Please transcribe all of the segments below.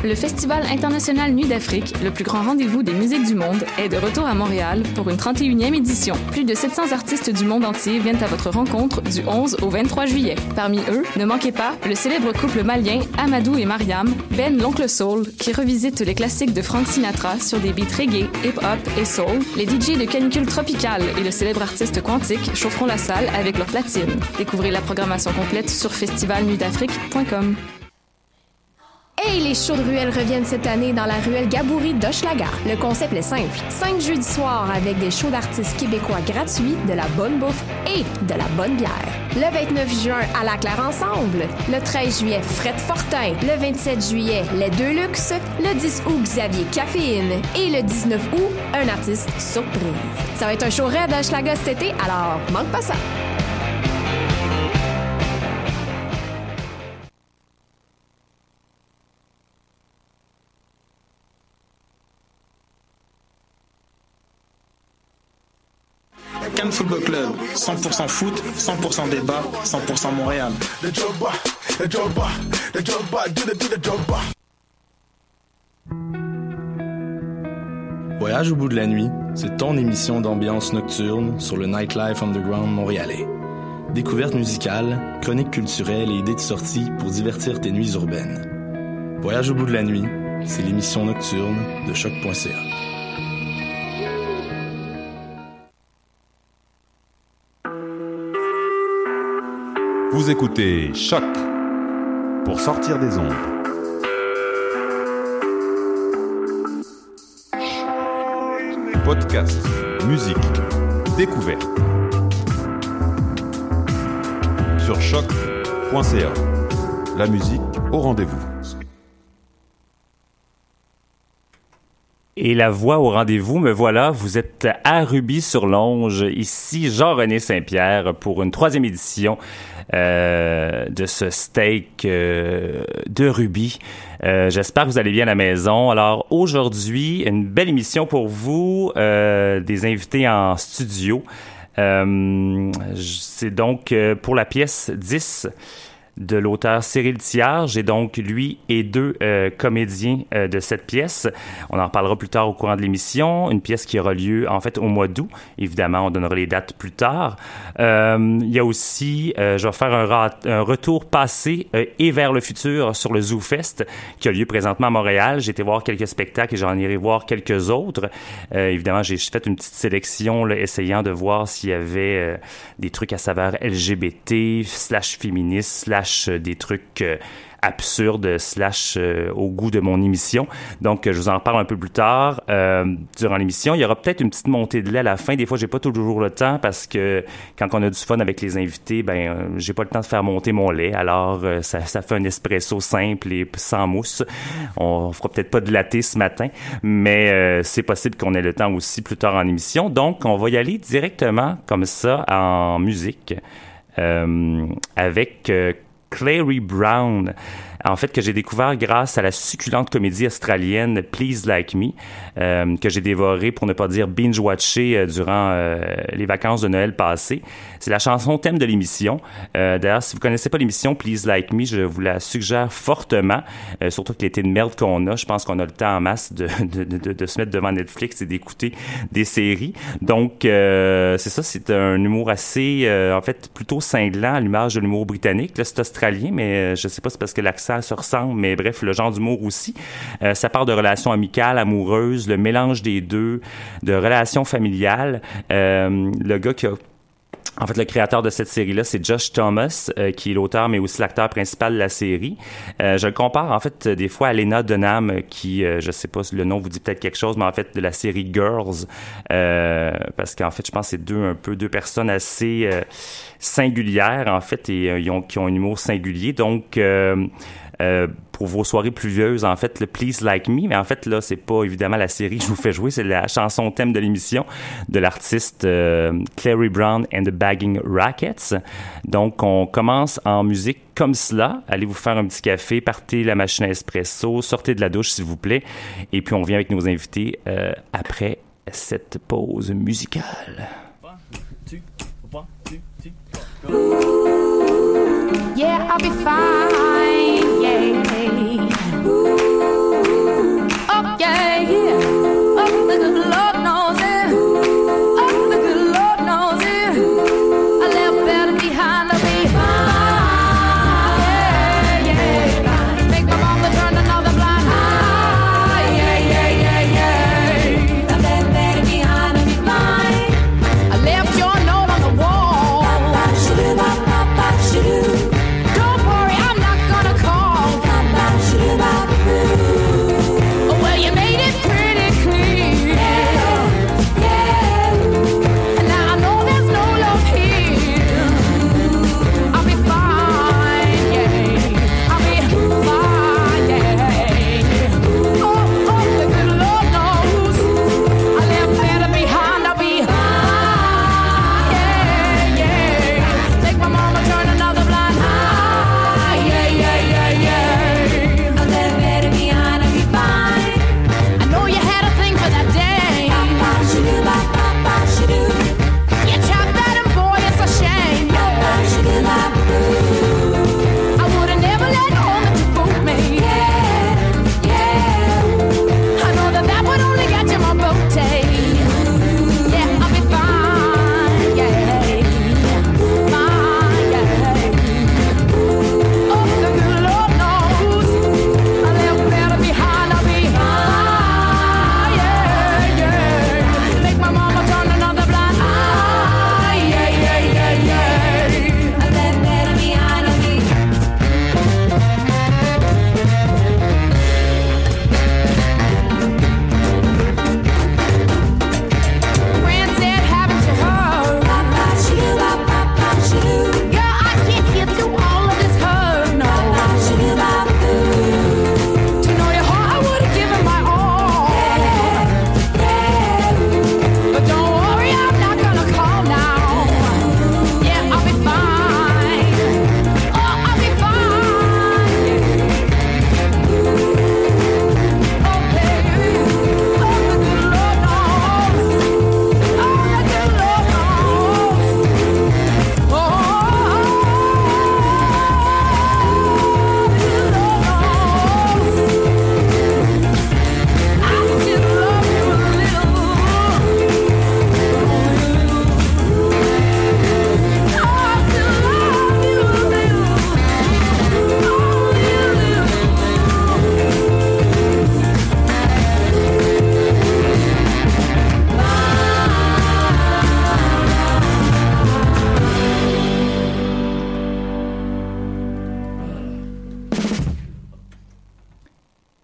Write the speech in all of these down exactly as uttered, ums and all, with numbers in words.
Le Festival international Nuit d'Afrique, le plus grand rendez-vous des musiques du monde, est de retour à Montréal pour une trente et unième édition. Plus de sept cents artistes du monde entier viennent à votre rencontre du onze au vingt-trois juillet. Parmi eux, ne manquez pas le célèbre couple malien Amadou et Mariam, Ben l'Oncle Soul, qui revisite les classiques de Frank Sinatra sur des beats reggae, hip-hop et soul. Les D J de Canicule Tropicale et le célèbre artiste Quantique chaufferont la salle avec leur platine. Découvrez la programmation complète sur festival nuit d'afrique point com. Hey, les shows de ruelle reviennent cette année dans la ruelle Gaboury d'Hochelaga. Le concept est simple. Cinq jeudis soirs avec des shows d'artistes québécois gratuits, de la bonne bouffe et de la bonne bière. Le vingt-neuf juin, à la Claire Ensemble. Le treize juillet, Fred Fortin. Le vingt-sept juillet, Les Deux Luxe. Le dix août, Xavier Caféine. Et le dix-neuf août, un artiste surprise. Ça va être un show raide à Hochelaga cet été, alors manque pas ça. Cannes Football Club, cent pour cent foot, cent pour cent débat, cent pour cent Montréal. Voyage au bout de la nuit, c'est ton émission d'ambiance nocturne sur le Nightlife Underground montréalais. Découvertes musicales, chroniques culturelles et idées de sortie pour divertir tes nuits urbaines. Voyage au bout de la nuit, c'est l'émission nocturne de choc point c a. Vous écoutez Choc pour sortir des ondes. Podcast, musique, découverte. Sur choc point c a. La musique au rendez-vous. Et la voix au rendez-vous, me voilà, vous êtes à Ruby-sur-Longe, ici Jean-René Saint-Pierre pour une troisième édition euh, de ce steak euh, de Ruby. Euh, j'espère que vous allez bien à la maison. Alors aujourd'hui, une belle émission pour vous, euh, des invités en studio. Euh, c'est donc euh, pour la pièce dix de l'auteur Cyril Thiard. J'ai donc lui et deux euh, comédiens euh, de cette pièce. On en reparlera plus tard au courant de l'émission. Une pièce qui aura lieu en fait au mois d'août. Évidemment, on donnera les dates plus tard. Euh, il y a aussi, euh, je vais faire un, ra- un retour passé euh, et vers le futur sur le ZooFest qui a lieu présentement à Montréal. J'ai été voir quelques spectacles et j'en irai voir quelques autres. Euh, évidemment, j'ai fait une petite sélection là, essayant de voir s'il y avait euh, des trucs à saveur L G B T, slash féministe, slash des trucs euh, absurdes, slash euh, au goût de mon émission. Donc, euh, je vous en reparle un peu plus tard euh, durant l'émission. Il y aura peut-être une petite montée de lait à la fin. Des fois, j'ai pas toujours le temps parce que quand on a du fun avec les invités, ben euh, j'ai pas le temps de faire monter mon lait. Alors, euh, ça, ça fait un espresso simple et sans mousse. On fera peut-être pas de latte ce matin, mais euh, c'est possible qu'on ait le temps aussi plus tard en émission. Donc, on va y aller directement comme ça en musique euh, avec euh, Clary Brown, en fait, que j'ai découvert grâce à la succulente comédie australienne Please Like Me, euh, que j'ai dévoré, pour ne pas dire binge-watché, euh, durant euh, les vacances de Noël passées. C'est la chanson thème de l'émission. Euh, d'ailleurs, si vous connaissez pas l'émission Please Like Me, je vous la suggère fortement, euh, surtout avec l'été de merde qu'on a. Je pense qu'on a le temps en masse de, de, de, de se mettre devant Netflix et d'écouter des séries. Donc, euh, c'est ça, c'est un humour assez, euh, en fait, plutôt cinglant à l'image de l'humour britannique. Là, c'est australien, mais euh, je sais pas si c'est parce que l'accent se ressemble, mais bref, le genre d'humour aussi. Euh, ça part de relations amicales, amoureuses, le mélange des deux, de relations familiales. Euh, le gars qui a En fait, le créateur de cette série-là, c'est Josh Thomas, euh, qui est l'auteur, mais aussi l'acteur principal de la série. Euh, je le compare, en fait, des fois à Lena Dunham, qui, euh, je sais pas si le nom vous dit peut-être quelque chose, mais en fait, de la série Girls, euh, parce qu'en fait, je pense que c'est deux, un peu, deux personnes assez euh, singulières, en fait, et euh, ils ont, qui ont un humour singulier. Donc, euh, Euh, pour vos soirées pluvieuses, en fait, le Please Like Me, mais en fait, là, c'est pas évidemment la série que je vous fais jouer, c'est la chanson thème de l'émission de l'artiste euh, Clary Brown and the Bagging Rackets. Donc, on commence en musique comme cela. Allez vous faire un petit café, partez la machine à espresso, sortez de la douche, s'il vous plaît, et puis on vient avec nos invités euh, après cette pause musicale. One, two, one, two, two, Yeah, I'll be fine, yeah. Ooh.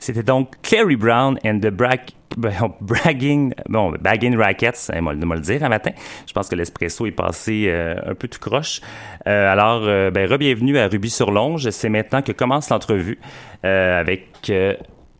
C'était donc Clary Brown and the Brag... Bragging... Bon, Bagging Rackets, on va le dire un matin. Je pense que l'espresso est passé euh, un peu tout croche. Euh, alors, euh, ben, re-bienvenue à Ruby-sur-Longe. C'est maintenant que commence l'entrevue euh, avec euh,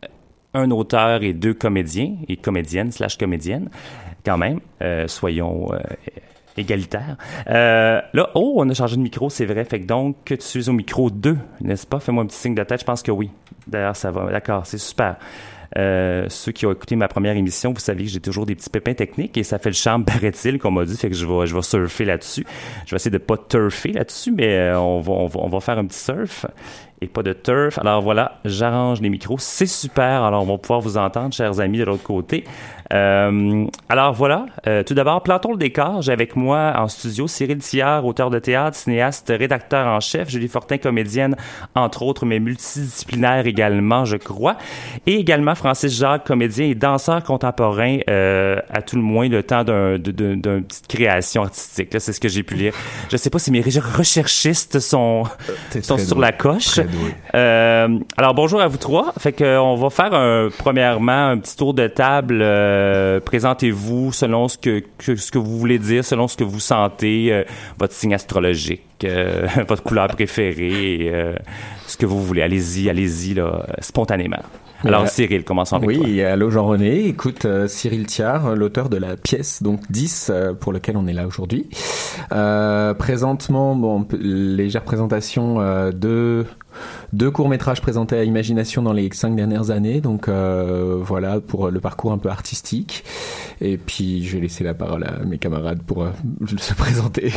un auteur et deux comédiens et comédiennes slash comédiennes, quand même. Euh, soyons... Euh, égalitaire. Euh, là, oh, on a changé de micro, c'est vrai. Fait que donc, tu es au micro deux, n'est-ce pas? Fais-moi un petit signe de tête, je pense que oui. D'ailleurs, ça va. D'accord, c'est super. Euh, ceux qui ont écouté ma première émission, vous savez que j'ai toujours des petits pépins techniques et ça fait le charme, paraît-il, qu'on m'a dit. Fait que je vais, je vais surfer là-dessus. Je vais essayer de pas turfer là-dessus, mais euh, on, va, on, va, on va faire un petit surf et pas de turf. Alors voilà, j'arrange les micros. C'est super. Alors, on va pouvoir vous entendre, chers amis, de l'autre côté. Euh, alors voilà, euh, tout d'abord, plantons le décor. J'ai avec moi en studio Cyril Thiard, auteur de théâtre, cinéaste, rédacteur en chef, Julie Fortin, comédienne, entre autres, mais multidisciplinaire également, je crois, et également Francis Jacques, comédien et danseur contemporain, euh, à tout le moins le temps d'un, d'un, d'une petite création artistique. Là, c'est ce que j'ai pu lire. Je sais pas si mes recherchistes sont, euh, sont sur doué. La coche. Euh, alors bonjour à vous trois. Fait que on va faire un, premièrement un petit tour de table. Euh, Euh, présentez-vous selon ce que, que, ce que vous voulez dire, selon ce que vous sentez, euh, votre signe astrologique, euh, votre couleur préférée, euh, ce que vous voulez. Allez-y, allez-y, là, spontanément. Alors, euh, Cyril, commençons avec oui, toi. Oui, allô Jean-René. Écoute, euh, Cyril Thiard, l'auteur de la pièce, donc dix, euh, pour lequel on est là aujourd'hui. Euh, présentement, bon, légère présentation euh, de... Deux courts-métrages présentés à Imagination dans les cinq dernières années, donc euh, voilà pour le parcours un peu artistique. Et puis je vais laisser la parole à mes camarades pour euh, se présenter.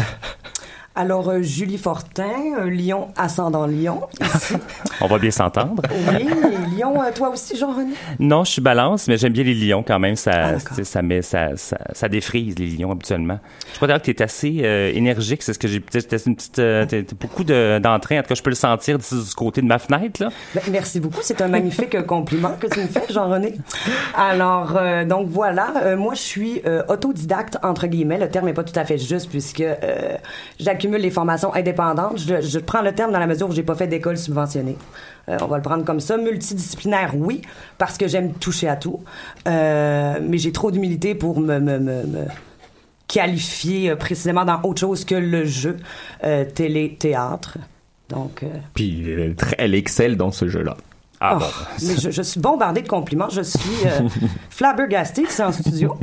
Alors, euh, Julie Fortin, euh, Lion, ascendant Lion, ici. On va bien s'entendre. Oui, Lion, euh, toi aussi, Jean-René? Non, je suis balance, mais j'aime bien les lions quand même. Ça, ah, ça, met, ça, ça, ça défrise les lions habituellement. Je crois d'ailleurs que tu es assez euh, énergique, c'est ce que j'ai... T'as une petite, euh, t'as, t'as beaucoup de, d'entrain, en tout cas, je peux le sentir d'ici du côté de ma fenêtre, là. Ben, merci beaucoup, c'est un magnifique compliment que tu me fais, Jean-René. Alors, euh, donc voilà, euh, moi, je suis euh, autodidacte, entre guillemets. Le terme n'est pas tout à fait juste, puisque euh, j'accumule les formations indépendantes. Je, je prends le terme dans la mesure où j'ai pas fait d'école subventionnée. Euh, on va le prendre comme ça. Multidisciplinaire, oui, parce que j'aime toucher à tout. Euh, mais j'ai trop d'humilité pour me, me, me, me qualifier précisément dans autre chose que le jeu, euh, télé, théâtre. Donc. Euh... Puis elle, elle excelle dans ce jeu-là. Ah, oh, bon. Mais je, je suis bombardée de compliments. Je suis euh, flabbergastée, c'est en studio.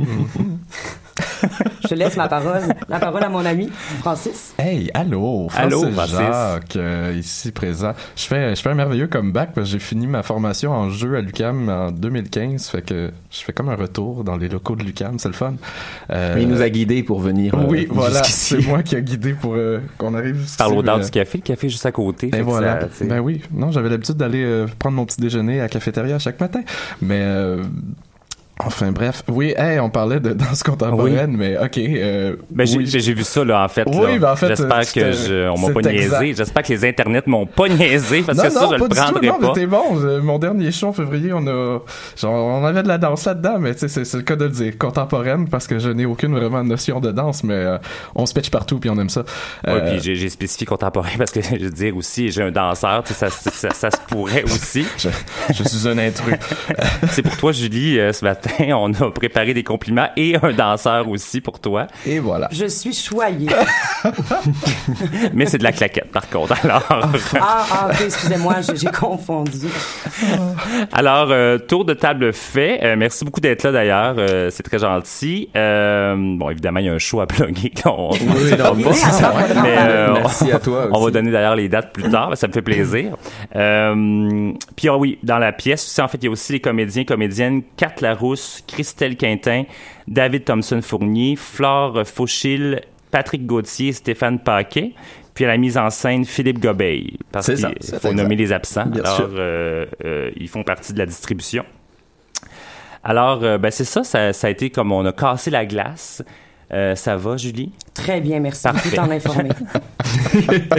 Je laisse ma parole, la parole à mon ami Francis. Hey, allô, Francis allô, Francis. Jacques, euh, ici présent. Je fais, je fais un merveilleux comeback parce que j'ai fini ma formation en jeu à l'U Q A M en deux mille quinze, fait que je fais comme un retour dans les locaux de l'U Q A M, c'est le fun. Euh, Mais il nous a guidés pour venir. Euh, oui, voilà, c'est moi qui a guidé pour euh, qu'on arrive jusqu'ici. Par l'odeur mais... du café, le café juste à côté. Et voilà. Ça, ben oui, non, j'avais l'habitude d'aller euh, prendre mon petit déjeuner à la cafétéria chaque matin, mais. Euh, Enfin bref, oui, hey, on parlait de danse contemporaine, oui. mais ok. Euh, ben, j'ai, oui, j'ai, j'ai vu ça là en fait. Oui, là. Ben, en fait, j'espère que je, on m'a pas exact. niaisé. J'espère que les internets m'ont pas niaisé parce non, que ça non, je pas le du prendrais tout, pas. Non, mais t'es bon. Mon dernier show en février, on a, genre, on avait de la danse là-dedans, mais tu sais, c'est, c'est le cas de le dire, contemporaine parce que je n'ai aucune vraiment notion de danse, mais euh, on se pitch partout puis on aime ça. Euh, oui, puis j'ai, j'ai spécifié contemporain parce que je veux dire aussi, j'ai un danseur, tu sais, ça, ça, ça, ça se pourrait aussi. je, je suis un intrus. C'est pour toi, Julie. Euh, ce matin, on a préparé des compliments et un danseur aussi pour toi. Et voilà. Je suis choyée. Mais c'est de la claquette, par contre. Alors... ah, ah, ok, excusez-moi, j'ai, j'ai confondu. Alors, euh, tour de table fait. Euh, merci beaucoup d'être là, d'ailleurs. Euh, c'est très gentil. Euh, bon, évidemment, il y a un show à plugger. On, oui, non, oui, ça, mais, euh, merci à toi aussi. On va donner d'ailleurs les dates plus tard. Ça me fait plaisir. Euh, puis, ah oui, dans la pièce aussi, en fait, il y a aussi les comédiens, comédiennes, Kat Larousse, Christelle Quintin, David Thompson-Fournier, Flore Fauchil, Patrick Gauthier, Stéphane Paquet, puis à la mise en scène, Philippe Gobeil. Parce c'est qu'il ça, faut c'est nommer exact. les absents. Bien Alors, sûr. euh, euh, ils font partie de la distribution. Alors, euh, ben c'est ça, ça, ça a été comme on a cassé la glace. Euh, ça va, Julie? Très bien, merci. Parfait. De t'en informer.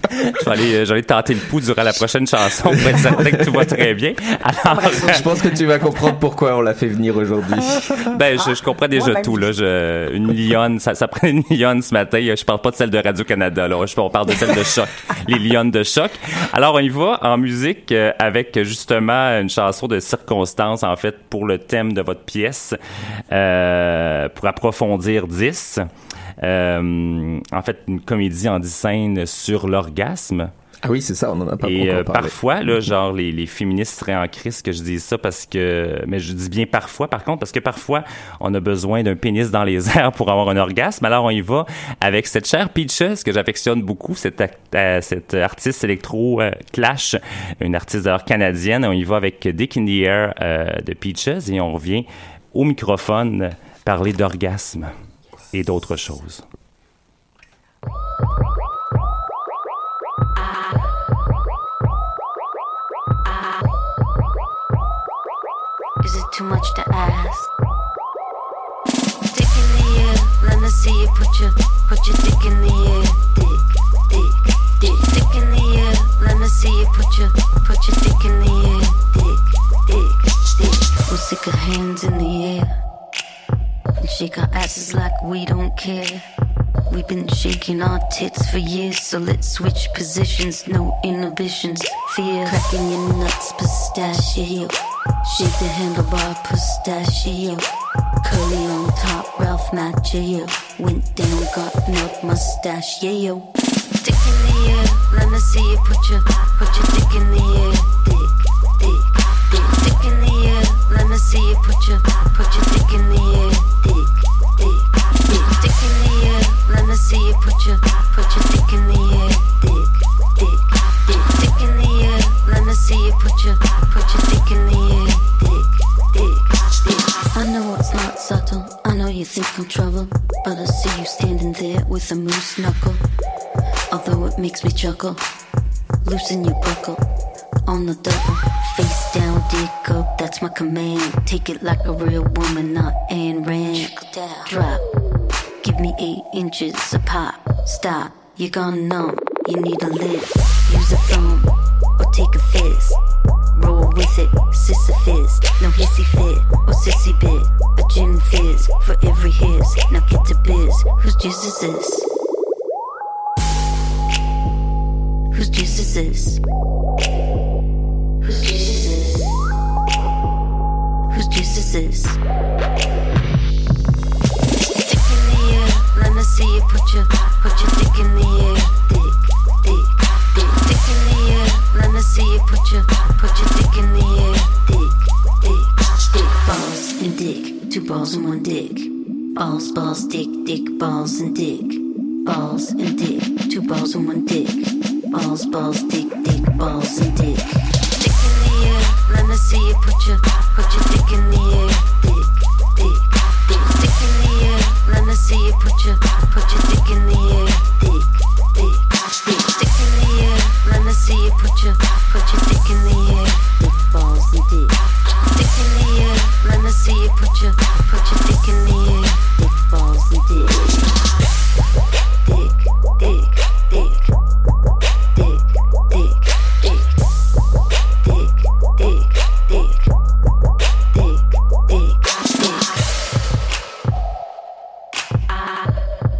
Je vais aller, je vais aller tenter le pouls durant la prochaine chanson pour être certain que tout va très bien. Alors, je pense que tu vas comprendre pourquoi on l'a fait venir aujourd'hui. Ben, je, je comprends déjà ouais, tout, là. Je, une lionne, ça, ça prend une lionne ce matin. Je parle pas de celle de Radio-Canada, là. Je, on parle de celle de Choc. Les lionnes de Choc. Alors, on y va en musique euh, avec, justement, une chanson de circonstance, en fait, pour le thème de votre pièce, euh, pour approfondir dix. Euh, en fait, une comédie en dix scènes sur l'orgasme. Ah oui, c'est ça, on en a pas beaucoup Et euh, parlé. parfois, là, genre, les, les féministes seraient en crise que je dise ça parce que... Mais je dis bien parfois, par contre, parce que parfois, on a besoin d'un pénis dans les airs pour avoir un orgasme. Alors, on y va avec cette chère Peaches, que j'affectionne beaucoup, cette, euh, cette artiste électro-clash, euh, une artiste d'ailleurs canadienne. On y va avec Dick in the Air euh, de Peaches et on revient au microphone parler d'orgasme et d'autres choses. Is it too much to ask? Dick in the air, let me see you put your, put your dick in the air. Dick, dick, dick. Dick in the air, let me see you put your, put your dick in the air. Dick, dick, dick. We'll stick our hands in the air and shake our asses like we don't care. We've been shaking our tits for years, so let's switch positions, no inhibitions. Fear cracking your nuts, pistachio. Shake the handlebar, pistachio. Curly on top, Ralph Macchio. Went down, got milk, mustache, yeah. Dick in the air, let me see you put your, put your dick in the air. Dick, dick, dick. Dick in the air, let me see you put your, put your dick in the air. Dick, dick, dick. Dick in the air, let me see you put your, put your dick in the air. Dick, dick, dick. Dick in the air, let me see you put your, put your dick in the air. Dick, dick, dick. I know it's not subtle, I know you think I'm trouble, but I see you standing there with a moose knuckle. Although it makes me chuckle, loosen your buckle on the double. Face down, dick up, that's my command. Take it like a real woman, not Ayn Rand. Drop, give me eight inches of pop. Stop, you're gonna numb, you need a lid. Use a thumb, or take a fist. Roll with it, Sisyphus. No hissy fit, or sissy bit. A gin fizz, for every hiss. Now get to biz, whose jizz is this? Whose jizz is this? Whose jizz is this? Whose jizz is this? Dick in the air, let me see you put your, put your dick in the air. Dick, dick, dick. Dick in the air, let me see you put your, put your dick in the air. Dick, dick, dick. Balls and dick, two balls and one dick. Balls, balls, dick, dick, balls and dick. Balls and dick, two balls and one dick. Balls, balls, dick, dick, balls and dick. Dick in the air, let me see you put your, put your dick in the air. Dick, dick, dick. Dick in the air, let me see you put your, put your dick in the air. Dick, dick, dick. Dick in the air, let me see you put your, put your dick in the air. Dick, balls and dick. Dick in the air, let me see you put your, put your dick in the air. Dick, balls and dick. Dick, dick, dick. Dick, dick, dick. Dick, dick, dick. Dick, dick, dick. Ah.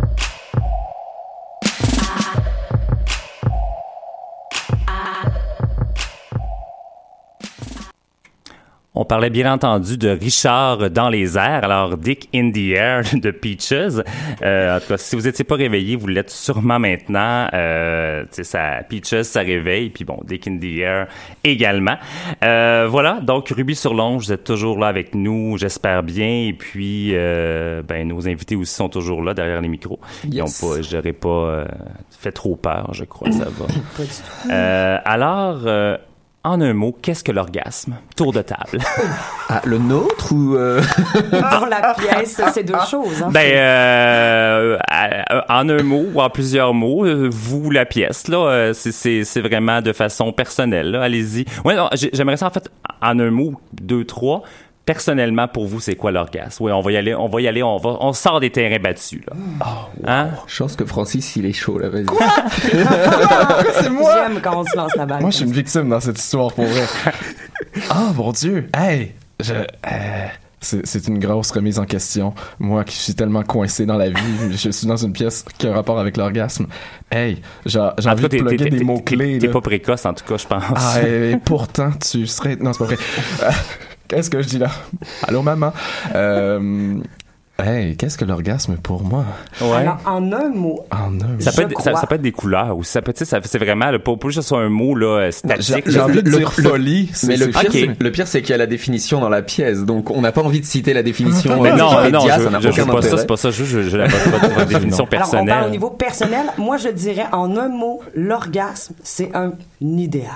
Ah. Ah. On parlait bien entendu de Richard dans les airs, alors Dick in the Air de Peaches. Euh, en tout cas, si vous n'étiez pas réveillé, vous l'êtes sûrement maintenant. Euh, ça, Peaches, ça réveille, puis bon, Dick in the Air également. Euh, voilà, donc Ruby sur l'onge, vous êtes toujours là avec nous, j'espère bien. Et puis, euh, ben, nos invités aussi sont toujours là derrière les micros. Yes. Ils ont pas, je n'aurais pas euh, fait trop peur, je crois, ça va. Pas du tout. Euh, alors... Euh, En un mot, qu'est-ce que l'orgasme? Tour de table. Ah, le nôtre ou... Euh... Dans la pièce, c'est deux choses. Hein, ben, euh, en un mot ou en plusieurs mots, vous, la pièce, là, c'est, c'est, c'est vraiment de façon personnelle. Là. Allez-y. Ouais, non, j'aimerais ça, en fait, en un mot, deux, trois. personnellement, pour vous, c'est quoi l'orgasme? Oui, on va y aller, on va y aller, on va, on sort des terrains battus, là. Oh, wow. Hein? Je pense que Francis, il est chaud, là, vas-y. Quoi? C'est moi! J'aime quand on se lance la balle. Moi, je suis une victime dans cette histoire, pour vrai. Ah, oh, mon Dieu! Hey! Je... Euh... C'est, c'est une grosse remise en question. Moi qui suis tellement coincé dans la vie, je suis dans une pièce qui a un rapport avec l'orgasme. Hey, j'ai, j'ai envie de plugger des mots-clés. T'es, t'es pas précoce, en tout cas, je pense. Ah, et, et pourtant, tu serais... Non, c'est pas vrai. Euh, qu'est-ce que je dis là? Allô, maman? Euh... Hey, qu'est-ce que l'orgasme pour moi? Ouais. Alors, en un mot. En un mot. Ça peut, être, ça, ça peut être des couleurs aussi. Ça peut être, ça, c'est vraiment, là, pas, pas juste un mot, là, statique. J'ai, j'ai envie de dire le, folie. Mais le pire, okay. c'est, le pire, c'est qu'il y a la définition dans la pièce. Donc, on n'a pas envie de citer la définition. Mais non, mais non, média, je, ça n'a je, aucun je pas intérêt. ça, c'est pas ça. Je, je, je, je la votre définition personnelle. Alors, on parle au niveau personnel. Moi, je dirais, en un mot, l'orgasme, c'est un idéal.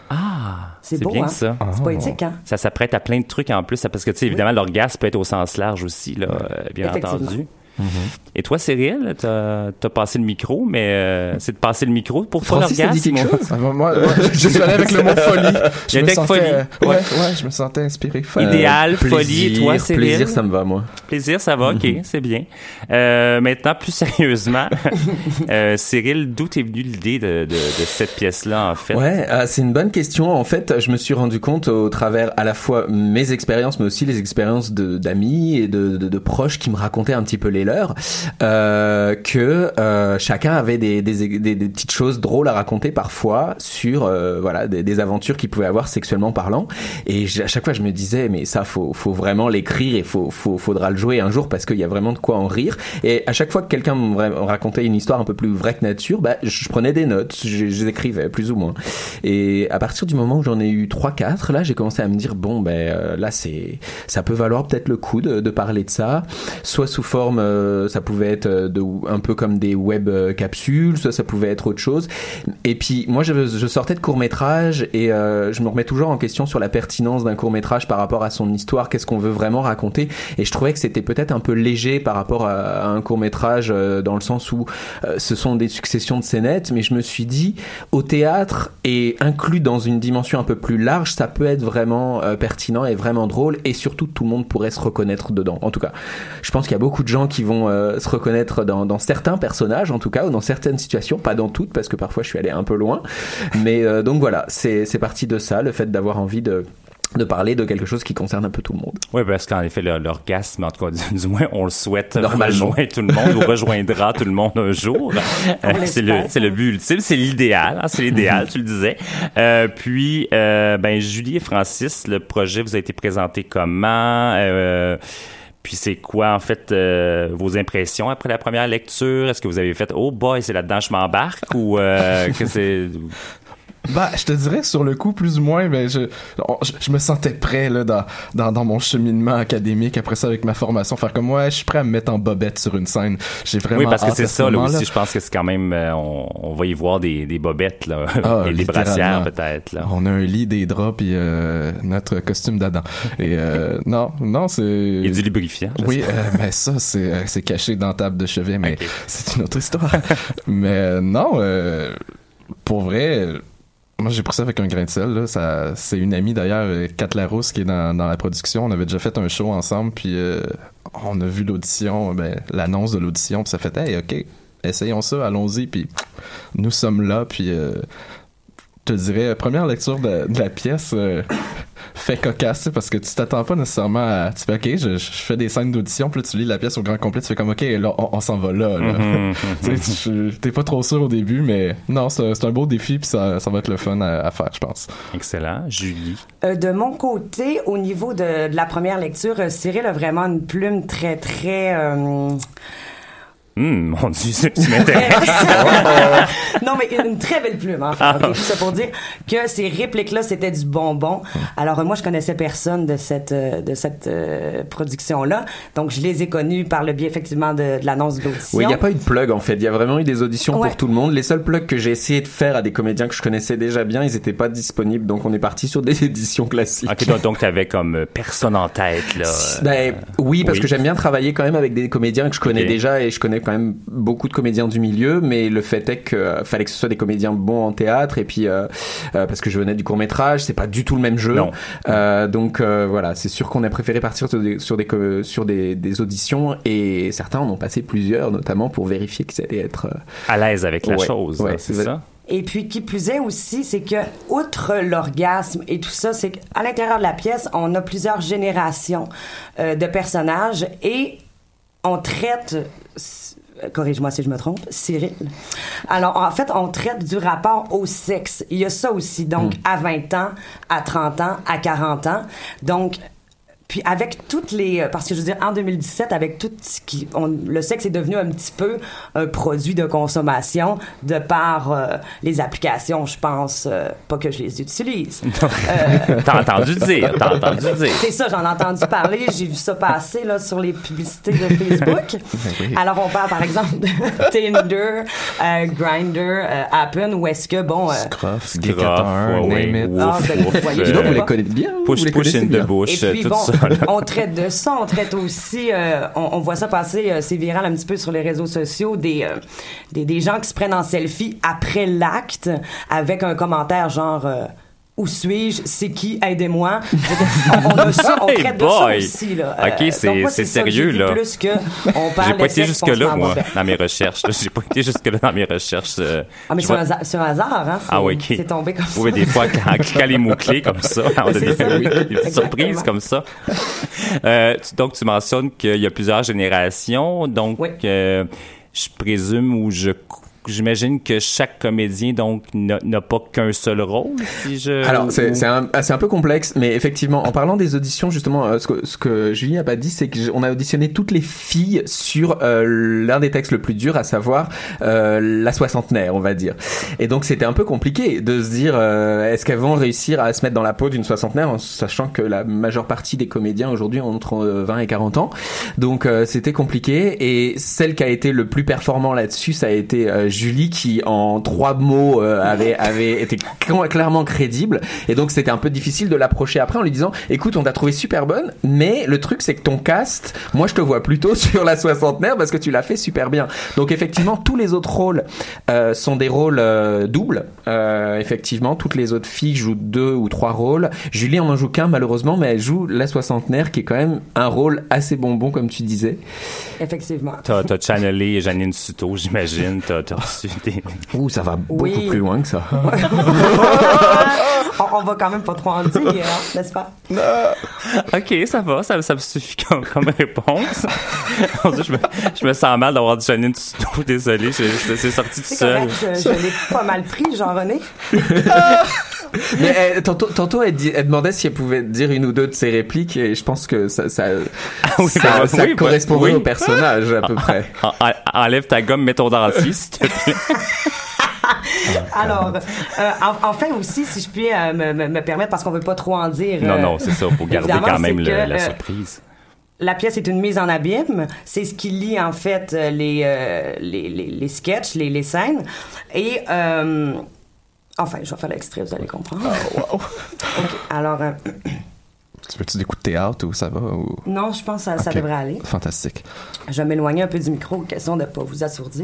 Ah, c'est, c'est beau, bien hein? ça. C'est poétique, hein? Ça s'apprête à plein de trucs en plus, parce que, tu sais, évidemment, oui. l'orgasme peut être au sens large aussi, là, bien entendu. Mm-hmm. Et toi, Cyril, t'as, t'as passé le micro, mais euh, c'est de passer le micro pour toi l'orgasme. Dit quelque chose? Ah, moi, moi, je, je suis allé avec le mot folie. Je Il y a sentais, folie. Euh, ouais, ouais, je me sentais inspiré. Idéal, euh, folie, plaisir, et toi, Cyril? Plaisir, ça me va, moi. Plaisir, ça va, mm-hmm. ok, c'est bien. Euh, maintenant, plus sérieusement, euh, Cyril, d'où t'es venue l'idée de, de, de cette pièce-là, en fait? Ouais, euh, c'est une bonne question. En fait, je me suis rendu compte au travers à la fois mes expériences, mais aussi les expériences de, d'amis et de, de, de proches qui me racontaient un petit peu les leurs. Euh, Euh, que euh, chacun avait des, des, des, des petites choses drôles à raconter parfois sur euh, voilà des, des aventures qu'ils pouvaient avoir sexuellement parlant, et à chaque fois je me disais mais ça faut faut vraiment l'écrire et faut faut faudra le jouer un jour parce qu'il y a vraiment de quoi en rire. Et à chaque fois que quelqu'un me racontait une histoire un peu plus vraie que nature, bah je prenais des notes, je, je les écrivais plus ou moins, et à partir du moment où j'en ai eu trois quatre, là j'ai commencé à me dire bon ben euh, là c'est ça peut valoir peut-être le coup de, de parler de ça, soit sous forme euh, ça pouvait être de, un peu comme des web capsules, ça, ça pouvait être autre chose. Et puis moi je, je sortais de court-métrage et euh, je me remets toujours en question sur la pertinence d'un court-métrage par rapport à son histoire, qu'est-ce qu'on veut vraiment raconter, et je trouvais que c'était peut-être un peu léger par rapport à, à un court-métrage euh, dans le sens où euh, ce sont des successions de scénettes, mais je me suis dit au théâtre et inclus dans une dimension un peu plus large, ça peut être vraiment euh, pertinent et vraiment drôle, et surtout tout le monde pourrait se reconnaître dedans. En tout cas, je pense qu'il y a beaucoup de gens qui vont euh, se reconnaître Dans, dans certains personnages en tout cas, ou dans certaines situations, pas dans toutes parce que parfois je suis allé un peu loin, mais euh, donc voilà, c'est, c'est parti de ça, le fait d'avoir envie de de parler de quelque chose qui concerne un peu tout le monde. Oui, parce qu'en effet, le, l'orgasme, en tout cas, du, du moins, on le souhaite normalement rejoindre tout le monde ou rejoindra tout le monde un jour. Euh, c'est le c'est le but ultime, c'est l'idéal, hein, c'est l'idéal, tu le disais. Euh, puis, euh, ben Julie et Francis, le projet vous a été présenté comment? Euh, Puis c'est quoi, en fait, euh, vos impressions après la première lecture? Est-ce que vous avez fait « Oh boy, c'est là-dedans, je m'embarque » ou euh, que c'est... Bah, je te dirais, sur le coup, plus ou moins, ben, je, je, je me sentais prêt, là, dans, dans, dans mon cheminement académique, après ça, avec ma formation, faire comme, ouais, je suis prêt à me mettre en bobette sur une scène. J'ai vraiment Oui, parce que c'est ça, là, là aussi, je pense que c'est quand même, euh, on, on va y voir des, des bobettes, là, ah, et des brassières, peut-être, là. On a un lit, des draps, puis euh, notre costume d'Adam. Et, euh, non, non, c'est... Et du lubrifiant. Oui, euh, mais ça, c'est, c'est caché dans la table de chevet, mais okay. C'est une autre histoire. mais euh, non, euh, pour vrai... Moi, j'ai pris ça avec un grain de sel, là. Ça, c'est une amie, d'ailleurs, Kat Larousse, qui est dans, dans la production. On avait déjà fait un show ensemble, puis euh, on a vu l'audition, ben, l'annonce de l'audition, puis ça fait « Hey, OK, essayons ça, allons-y », puis nous sommes là, puis euh, je te dirais, première lecture de, de la pièce euh, fait cocasse, parce que tu t'attends pas nécessairement à... Tu fais « OK, je, je fais des scènes d'audition », puis là, tu lis la pièce au grand complet, tu fais comme « OK, là, on, on s'en va là. là. Mm-hmm. » Tu sais, tu, t'es pas trop sûr au début, mais non, c'est, c'est un beau défi, puis ça, ça va être le fun à, à faire, je pense. Excellent. Julie? Euh, de mon côté, au niveau de, de la première lecture, Cyril a vraiment une plume très, très... Euh... Hum, mon Dieu, tu m'intéresses. Non, mais une très belle plume, hein. Ah. Okay, tout ça pour dire que ces répliques-là, c'était du bonbon. Alors, moi, je connaissais personne de cette, de cette euh, production-là. Donc, je les ai connus par le biais, effectivement, de, de l'annonce de l'audition. Oui, il n'y a pas eu de plug, en fait. Il y a vraiment eu des auditions ouais. pour tout le monde. Les seuls plugs que j'ai essayé de faire à des comédiens que je connaissais déjà bien, ils n'étaient pas disponibles. Donc, on est parti sur des éditions classiques. OK, donc, donc tu avais comme personne en tête, là. Ben, oui, parce oui. que j'aime bien travailler quand même avec des comédiens que je connais okay. déjà, et je connais quand même beaucoup de comédiens du milieu, mais le fait est que euh, fallait que ce soit des comédiens bons en théâtre, et puis euh, euh, parce que je venais du court-métrage, c'est pas du tout le même jeu. Non. Euh, donc euh, voilà, c'est sûr qu'on a préféré partir sur des sur des sur des, des auditions, et certains en ont passé plusieurs, notamment pour vérifier qu'ils allaient être euh... à l'aise avec la ouais, chose, ouais, hein, c'est c'est ça. Et puis, qui plus est aussi, c'est que, outre l'orgasme et tout ça, c'est qu'à l'intérieur de la pièce, on a plusieurs générations euh, de personnages, et on traite, corrige-moi si je me trompe, Cyril. Alors, en fait, on traite du rapport au sexe. Il y a ça aussi, donc, mm. à vingt ans, à trente ans, à quarante ans. Donc, puis avec toutes les... Parce que je veux dire, en deux mille dix-sept, avec tout ce qui... On, le sexe est devenu un petit peu un produit de consommation de par euh, les applications, je pense. Euh, pas que je les utilise. euh, t'as entendu dire, t'as entendu dire. C'est ça, j'en ai entendu parler. J'ai vu ça passer là, sur les publicités de Facebook. Oui. Alors, on parle, par exemple, de Tinder, euh, Grindr, euh, Happen, où est-ce que, bon... Euh, Scruff, Scruff, Name It. Ah, ben, vous voyez, euh, vous les connaissez bien. Push, push in the bush, puis, tout bon, ça. On traite de ça, on traite aussi, euh, on, on voit ça passer, euh, c'est viral un petit peu sur les réseaux sociaux, des, euh, des, des gens qui se prennent en selfie après l'acte avec un commentaire genre... Euh, où suis-je? C'est qui? Aidez-moi. On a ça, on traite hey de ça aussi. Là. OK, c'est, donc, moi, c'est, c'est sérieux, là. Plus que on parle j'ai pas été jusque-là, moi, mauvais. dans mes recherches. Là. J'ai pas été jusque-là dans mes recherches. Euh, ah, mais c'est vois... un, hasard, c'est un hasard, hein? C'est, ah, oui, OK. C'est tombé comme ça. Oui, des fois, quand, quand les mots-clés comme ça, on a des, ça. des petites surprises comme ça. Euh, tu, donc, tu mentionnes qu'il y a plusieurs générations. Donc, oui. euh, je présume ou je... J'imagine que chaque comédien donc n'a, n'a pas qu'un seul rôle. Si je... Alors c'est, c'est, un, c'est un peu complexe, mais effectivement, en parlant des auditions, justement, euh, ce, que, ce que Julie a pas dit, c'est qu'on a auditionné toutes les filles sur euh, l'un des textes le plus dur, à savoir euh, la soixantenaire, on va dire. Et donc c'était un peu compliqué de se dire euh, est-ce qu'elles vont réussir à se mettre dans la peau d'une soixantenaire, en sachant que la majeure partie des comédiens aujourd'hui ont entre vingt et quarante ans. Donc euh, c'était compliqué, et celle qui a été le plus performant là-dessus, ça a été euh, Julie, qui en trois mots euh, avait avait été clairement crédible, et donc c'était un peu difficile de l'approcher après en lui disant écoute, on t'a trouvé super bonne, mais le truc c'est que ton cast, moi je te vois plutôt sur la soixantenaire parce que tu l'as fait super bien. Donc effectivement tous les autres rôles euh, sont des rôles euh, doubles. Euh, effectivement toutes les autres filles jouent deux ou trois rôles. Julie en en joue qu'un malheureusement, mais elle joue la soixantenaire, qui est quand même un rôle assez bonbon comme tu disais. Effectivement. T'as, t'as channelé Janine Suto, j'imagine. T'as, t'as reçu des... Ouh, ça va beaucoup oui. plus loin que ça. on, on va quand même pas trop en dire, hein, n'est-ce pas? OK, ça va. Ça, ça me suffit comme, comme réponse. je, me, je me sens mal d'avoir dit Janine Suto. Désolé, je, je, c'est sorti tout seul. Correct, je, je l'ai pas mal pris, Jean-René. Mais elle, tantôt, tantôt elle, dit, elle demandait si elle pouvait dire une ou deux de ses répliques, et je pense que ça, ça, ah oui, ça, bah, ça oui, correspondait bah, oui. au personnage à peu près. En, en, enlève ta gomme, mets ton dentier, s'il te plaît. Alors, euh, en, enfin aussi, si je puis euh, me, me permettre, parce qu'on veut pas trop en dire. Non, euh, non, c'est ça. Faut garder quand même le, que, la euh, surprise. La pièce est une mise en abîme. C'est ce qui lie, en fait, les, euh, les, les, les sketchs, les, les scènes. Et, euh, enfin, je vais faire l'extrait, vous allez comprendre. Oh, wow. OK, alors... Euh, tu veux-tu des coups de théâtre ou ça va? Ou... Non, je pense que ça, okay. ça devrait aller. Fantastique. Je vais m'éloigner un peu du micro, question de ne pas vous assourdir.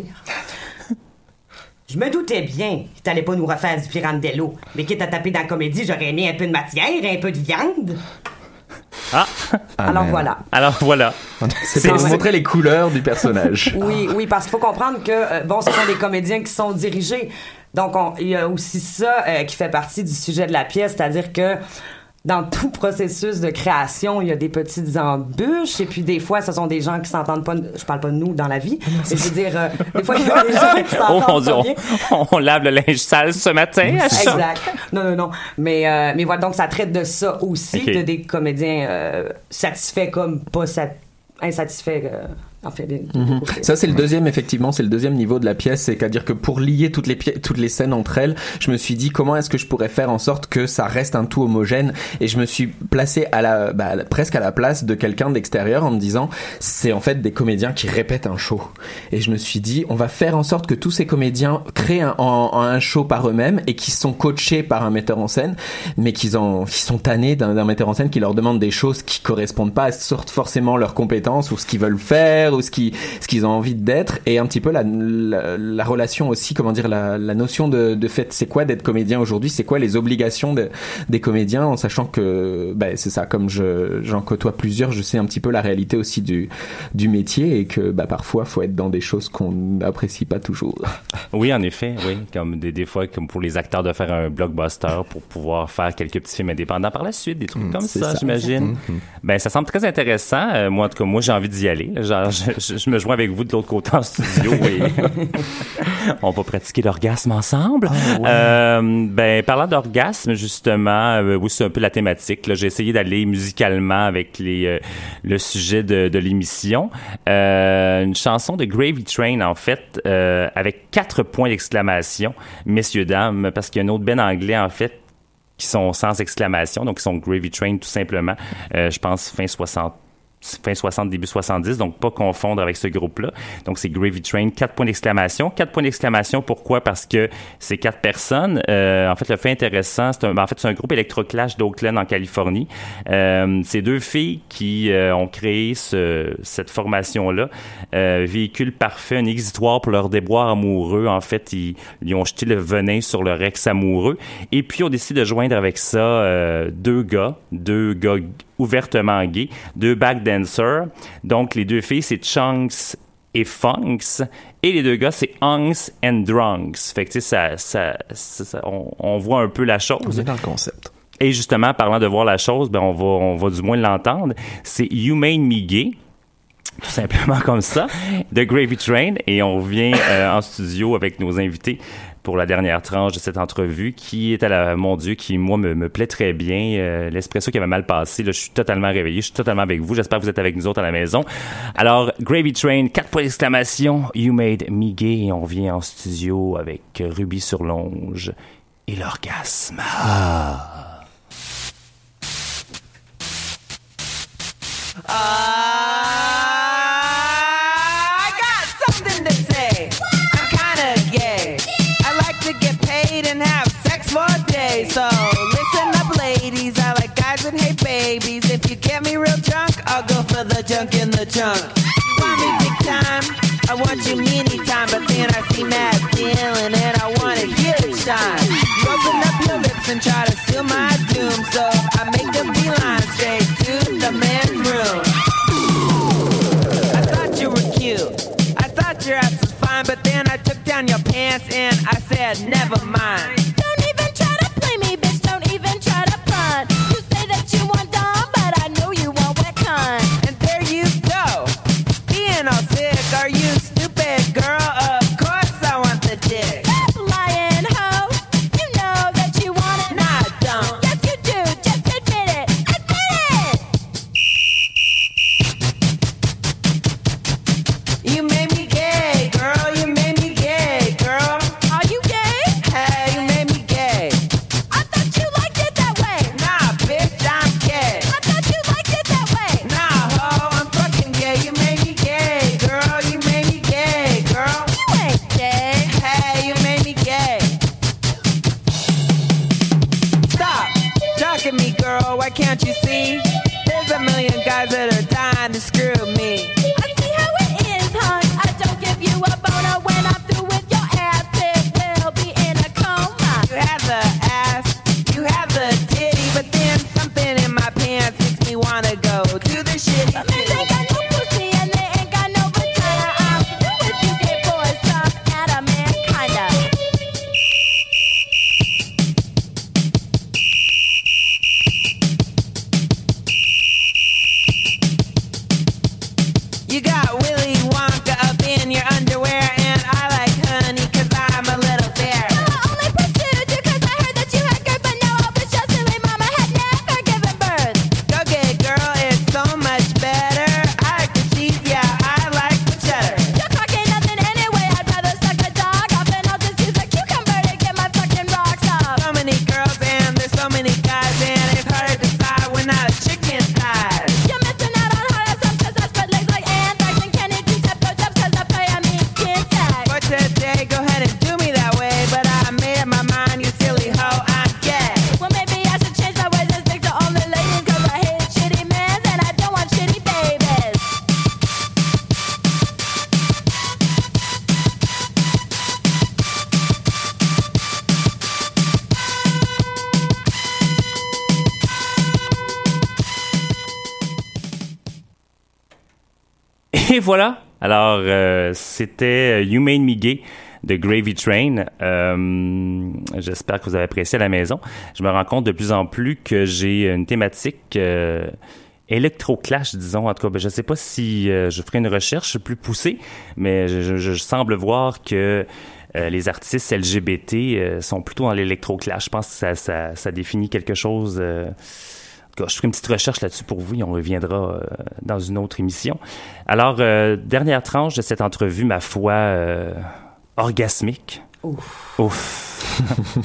Je me doutais bien que t'allais pas nous refaire du Pirandello. Mais quitte à taper dans la comédie, j'aurais aimé un peu de matière, un peu de viande. Ah! Alors Amen. voilà. Alors voilà. C'est, c'est pour ouais. montrer les couleurs du personnage. Oui, oui, parce qu'il faut comprendre que, euh, bon, ce sont des comédiens qui sont dirigés. Donc, il y a aussi ça euh, qui fait partie du sujet de la pièce, c'est-à-dire que dans tout processus de création, il y a des petites embûches, et puis des fois, ce sont des gens qui s'entendent pas. Je parle pas de nous dans la vie, mais je veux dire, euh, des fois, il y a des gens qui s'entendent oh, on, pas bien. On, on lave le linge sale ce matin. Exact. Non, non, non. Mais, euh, mais voilà, donc ça traite de ça aussi, okay. de des comédiens euh, satisfaits comme pas sat- insatisfaits. Euh, En fait, des, des mm-hmm. Ça, c'est le deuxième, effectivement, c'est le deuxième niveau de la pièce, c'est-à-dire que pour lier toutes les, pi- toutes les scènes entre elles, je me suis dit comment est-ce que je pourrais faire en sorte que ça reste un tout homogène, et je me suis placé à la, bah, presque à la place de quelqu'un d'extérieur en me disant c'est en fait des comédiens qui répètent un show, et je me suis dit on va faire en sorte que tous ces comédiens créent un, un, un show par eux-mêmes et qui sont coachés par un metteur en scène, mais qu'ils en, qui sont tannés d'un, d'un metteur en scène qui leur demande des choses qui correspondent pas à forcément leurs compétences ou ce qu'ils veulent faire, ou ce qui ce qu'ils ont envie d'être, et un petit peu la la, la relation aussi, comment dire, la la notion de de fait, c'est quoi d'être comédien aujourd'hui, c'est quoi les obligations de, des comédiens, en sachant que ben c'est ça, comme je j'en côtoie plusieurs, je sais un petit peu la réalité aussi du du métier, et que bah parfois faut être dans des choses qu'on n'apprécie pas toujours. Oui, en effet, oui, comme des des fois comme pour les acteurs de faire un blockbuster pour pouvoir faire quelques petits films indépendants par la suite, des trucs mmh, comme ça, ça, j'imagine. Mmh. Ben ça semble très intéressant. Euh, moi en tout cas, moi j'ai envie d'y aller. Genre, je, je, je me joins avec vous de l'autre côté en studio et on va pratiquer l'orgasme ensemble. Oh, ouais. euh, ben parlant d'orgasme justement, euh, oui, c'est un peu la thématique. Là, j'ai essayé d'aller musicalement avec les euh, le sujet de, de l'émission. Euh, une chanson de Gravy Train en fait, euh, avec quatre points d'exclamation, messieurs dames, parce qu'il y a un autre ben anglais en fait qui sont sans exclamation, donc qui sont Gravy Train tout simplement. Euh, je pense fin soixante. Fin soixante, début soixante-dix, donc pas confondre avec ce groupe-là. Donc, c'est Gravy Train, quatre points d'exclamation. Quatre points d'exclamation, pourquoi? Parce que c'est quatre personnes. Euh, en fait, le fait intéressant, c'est un, en fait, c'est un groupe électroclash d'Oakland, en Californie. Euh, c'est deux filles qui euh, ont créé ce, cette formation-là. Euh, véhicule parfait, un exutoire pour leur déboire amoureux. En fait, ils, ils ont jeté le venin sur leur ex amoureux. Et puis, on décide de joindre avec ça euh, deux gars, deux gars ouvertement gays, deux back dancers. Donc, les deux filles, c'est Chunks et Funks. Et les deux gars, c'est Hunks and Drunks. Fait que, tu sais, ça, ça, ça, ça on, on voit un peu la chose. On est dans le concept. Et justement, parlant de voir la chose, ben, on va, on va du moins l'entendre. C'est You Made Me Gay. Tout simplement comme ça, de Gravy Train. Et on revient euh, en studio avec nos invités pour la dernière tranche de cette entrevue, qui est à la, mon Dieu, qui, moi, me, me plaît très bien. Euh, l'espresso qui avait mal passé, là, je suis totalement réveillé, je suis totalement avec vous. J'espère que vous êtes avec nous autres à la maison. Alors, Gravy Train, quatre points d'exclamation, You Made Me Gay, et on revient en studio avec Ruby sur Longe et l'orgasme. Ah. Ah. And have sex for days. So listen up, ladies, I like guys that hate babies. If you get me real drunk, I'll go for the junk in the trunk. You want me big time? I want you many time, but then I see mad feeling and I want a huge time. You open up your lips and try to seal my doom, so I make a beeline straight to the men's room. I thought you were cute, I thought your ass was fine, but then I took down your pants and I said never mind. Don't even try to play me, bitch, don't even try to front. You say that you want dumb, but I know you want wet cunt. And there you go, being all sick. Are you stupid, girl? Of course I want the dick. Stop lying, ho, you know that you want it. Nah, I don't. Yes you do, just admit it, admit it. You made me gay, girl, you made me gay, girl. Are you gay? Hey, you made me gay. I thought you liked it that way. Nah, bitch, I'm gay. I thought you liked it that way. Nah, ho, I'm fucking gay. You made me gay, girl. You made me gay, girl. You ain't gay. Hey, you made me gay. Stop talking me, girl. Why can't you see? There's a million guys that are dying to screw me. I see how it is, hon. I don't give you a boner when I'm through with your ass. It will be in a coma. You have the ass, you have the titty, but then something in my pants makes me wanna go do the shitty But men ain't got no pussy and they ain't got no vagina. I'm through with you gay boys, some at a man kinda. Et voilà. Alors, euh, c'était You Made Me Gay de Gravy Train. Euh, j'espère que vous avez apprécié à la maison. Je me rends compte de plus en plus que j'ai une thématique euh, électro-clash, disons. En tout cas, ben, je ne sais pas si euh, je ferai une recherche plus poussée, mais je, je, je semble voir que euh, les artistes L G B T euh, sont plutôt dans l'électro-clash. Je pense que ça, ça, ça définit quelque chose... Euh, je ferai une petite recherche là-dessus pour vous et on reviendra euh, dans une autre émission. Alors, euh, dernière tranche de cette entrevue, ma foi, euh, orgasmique. Ouf. Ouf.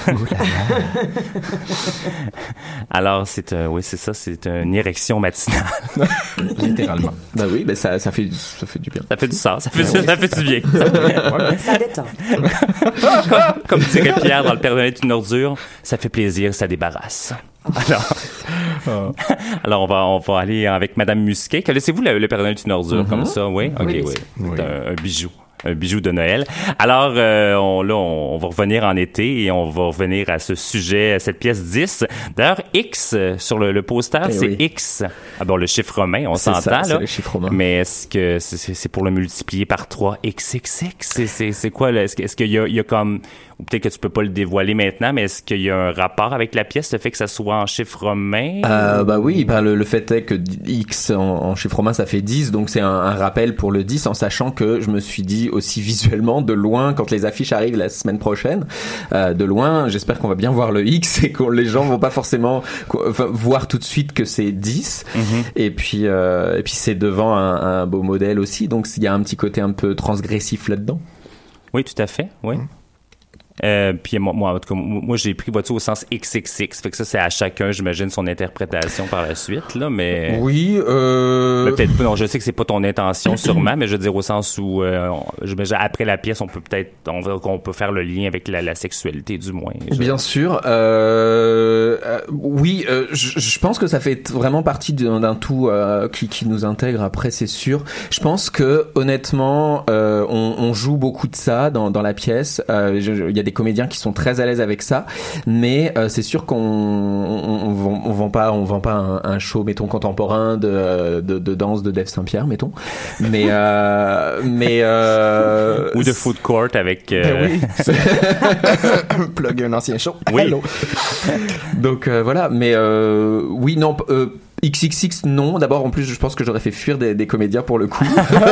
Alors, c'est un, oui, c'est ça, c'est une érection matinale. Littéralement. Ben oui, ben ça, ça, fait, ça fait du bien. Ça fait du sens, ça fait, Ben oui. ça fait du bien. Ouais. Ça détend. comme, comme dirait Pierre dans Le Père Noël est une ordure, ça fait plaisir, ça débarrasse. Alors, oh. alors on va on va aller avec Madame Musquet. Connaissez-vous le, le Père Noël est une ordure mm-hmm. comme ça, oui, ok, oui, oui. oui. C'est un, un bijou. Un bijou de Noël. Alors, euh, on, là, on, on va revenir en été et on va revenir à ce sujet, à cette pièce dix. D'ailleurs, X, sur le, le poster, eh c'est oui. X. Ah bon, le chiffre romain, on c'est s'entend, ça, là. C'est le chiffre romain. Mais est-ce que c'est, c'est pour le multiplier par trois? X X X? C'est, c'est, c'est quoi, là? Est-ce, que, est-ce qu'il y a, il y a comme... Ou peut-être que tu peux pas le dévoiler maintenant, mais est-ce qu'il y a un rapport avec la pièce, le fait que ça soit en chiffre romain? Euh, bah oui, bah le, le fait est que X en, en chiffre romain, ça fait dix, donc c'est un, un rappel pour le dix, en sachant que je me suis dit aussi visuellement, de loin, quand les affiches arrivent la semaine prochaine, euh, de loin, j'espère qu'on va bien voir le X et que les gens vont pas forcément enfin, voir tout de suite que c'est dix. Mm-hmm. Et puis, euh, et puis c'est devant un, un beau modèle aussi, donc il y a un petit côté un peu transgressif là-dedans. Oui, tout à fait, oui. Mm. Euh, puis moi, moi, en tout cas, moi, j'ai pris voiture au sens X X X. Fait que ça, c'est à chacun, j'imagine, son interprétation par la suite, là, mais... Oui, euh... Mais peut-être pas, non, je sais que c'est pas ton intention, sûrement, mais je veux dire au sens où, euh, on, après la pièce, on peut peut-être, on, on peut faire le lien avec la, la sexualité, du moins. Je... Bien sûr. Euh, euh, oui, euh, je, je pense que ça fait vraiment partie d'un, d'un tout euh, qui, qui nous intègre, après, c'est sûr. Je pense que, honnêtement, euh, on, on joue beaucoup de ça dans, dans la pièce. Euh, il y a des comédiens qui sont très à l'aise avec ça, mais euh, c'est sûr qu'on on, on, vend, on vend pas on vend pas un, un show mettons contemporain de, de, de danse de Dave Saint-Pierre mettons, mais euh, mais euh, ou de food court avec euh... ben oui. Plug un ancien show. Oui. Hello. Donc euh, voilà, mais euh, oui non euh, X X X non, d'abord en plus je pense que j'aurais fait fuir des, des comédiens pour le coup.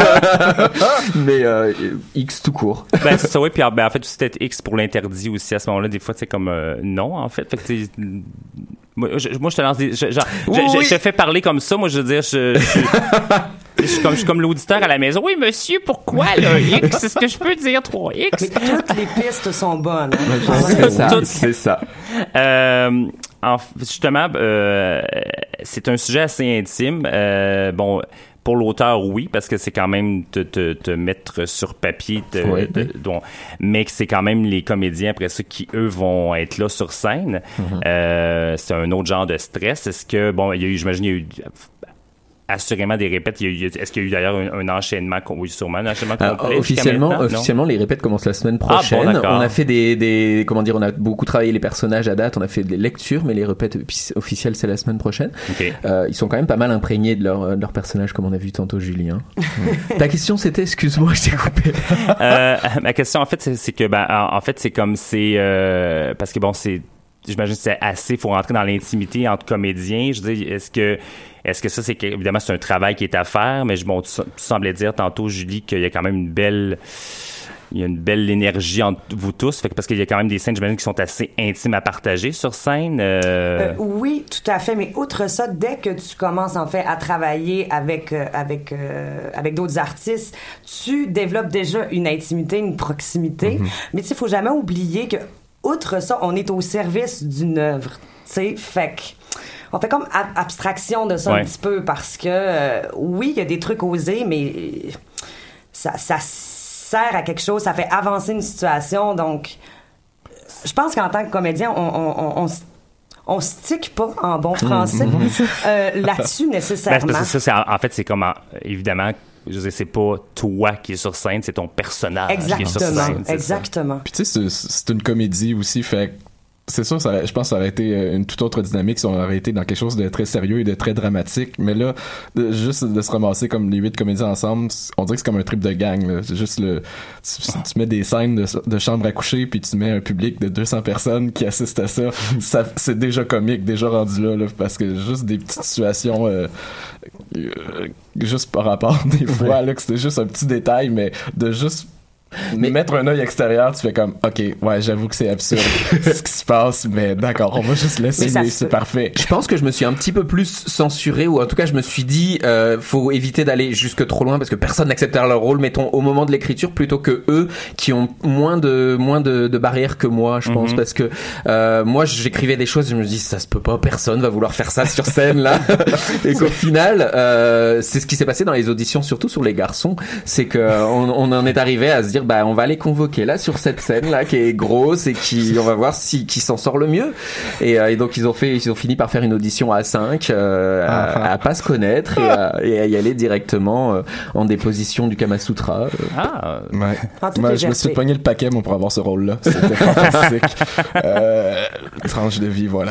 Mais euh, X tout court. Ben c'est ça, oui, puis ben, en fait aussi peut-être X pour l'interdit aussi à ce moment-là, des fois c'est comme euh, non en fait, fait que t'es... Moi je, moi je te lance des je, genre, oui, je, je, je te fais parler comme ça, moi je veux dire je, je, je, je suis comme je suis comme l'auditeur à la maison. Oui monsieur, pourquoi là X, c'est ce que je peux dire trois X. Mais toutes les pistes sont bonnes. Hein? C'est ça, Toutes... c'est ça. Euh, en, justement, euh, c'est un sujet assez intime. Euh, bon, pour l'auteur, oui, parce que c'est quand même te, te, te mettre sur papier, te, oui, de, oui. dont, mais que c'est quand même les comédiens après ça qui, eux, vont être là sur scène. Mm-hmm. Euh, c'est un autre genre de stress. Est-ce que, bon, il y a eu, j'imagine, il y a eu... assurément des répètes. Il y a, est-ce qu'il y a eu d'ailleurs un, un enchaînement, oui, sûrement, un enchaînement complet? Euh, officiellement, officiellement, les répètes commencent la semaine prochaine. Ah, bon, on a fait des, des, comment dire, on a beaucoup travaillé les personnages à date, on a fait des lectures, mais les répètes officielles, c'est la semaine prochaine. Okay. Euh, ils sont quand même pas mal imprégnés de leur, de leur personnage, comme on a vu tantôt, Julien. Ta question, c'était, excuse-moi, je t'ai coupé. euh, ma question, en fait, c'est, c'est que, ben, en, en fait, c'est comme c'est, euh, parce que bon, c'est, j'imagine que c'est assez, il faut rentrer dans l'intimité entre comédiens. Je veux dire, est-ce que, est-ce que ça, c'est évidemment, c'est un travail qui est à faire, mais bon, tu, tu semblais dire tantôt, Julie, qu'il y a quand même une belle, il y a une belle énergie entre vous tous, fait que parce qu'il y a quand même des scènes, j'imagine, qui sont assez intimes à partager sur scène. Euh... Euh, oui, tout à fait, mais outre ça, dès que tu commences, en fait, à travailler avec, euh, avec, euh, avec d'autres artistes, tu développes déjà une intimité, une proximité, mm-hmm. mais tu sais, il faut jamais oublier que outre ça, on est au service d'une œuvre, tu sais, fait que on fait comme ab- abstraction de ça ouais. un petit peu parce que euh, oui, il y a des trucs osés, mais ça, ça sert à quelque chose, ça fait avancer une situation, donc je pense qu'en tant que comédien, on, on, on, on on stick pas en bon français mmh. euh, là-dessus nécessairement. Ben, c'est parce que ça, c'est, en, en fait, c'est comme en, évidemment. Je veux dire, c'est pas toi qui es sur scène, c'est ton personnage exactement, qui est sur scène. Exactement. Puis tu sais, c'est, c'est une comédie aussi, fait c'est sûr, ça aurait, je pense que ça aurait été une toute autre dynamique si on aurait été dans quelque chose de très sérieux et de très dramatique. Mais là, de, juste de se ramasser comme les huit comédiens ensemble, on dirait que c'est comme un trip de gang. Là. C'est juste le, tu, tu mets des scènes de, de chambre à coucher, puis tu mets un public de deux cents personnes qui assistent à ça. ça c'est déjà comique, déjà rendu là, là parce que juste des petites situations, euh, euh, juste par rapport des fois, là, que c'était juste un petit détail, mais de juste mais mettre un œil extérieur, tu fais comme ok, ouais, j'avoue que c'est absurde ce qui se passe, mais d'accord, on va juste laisser, c'est, c'est parfait. Je pense que je me suis un petit peu plus censuré, ou en tout cas je me suis dit euh, faut éviter d'aller jusque trop loin parce que personne n'acceptera leur rôle, mettons au moment de l'écriture, plutôt que eux qui ont moins de moins de, de barrières que moi, je pense, mm-hmm. parce que euh, moi j'écrivais des choses et je me dis ça se peut pas, personne va vouloir faire ça sur scène là, et qu'au final euh, c'est ce qui s'est passé dans les auditions, surtout sur les garçons, c'est que on, on en est arrivé à se dire bah on va les convoquer là sur cette scène là qui est grosse et qui on va voir si qui s'en sort le mieux, et, euh, et donc ils ont fait ils ont fini par faire une audition à cinq euh, à, à pas se connaître et à, et à y aller directement euh, en déposition du Kama Sutra. euh. Ah ouais. Ah, moi je me suis pogné le paquet moi pour avoir ce rôle là, c'était fantastique. euh, tranche de vie, voilà.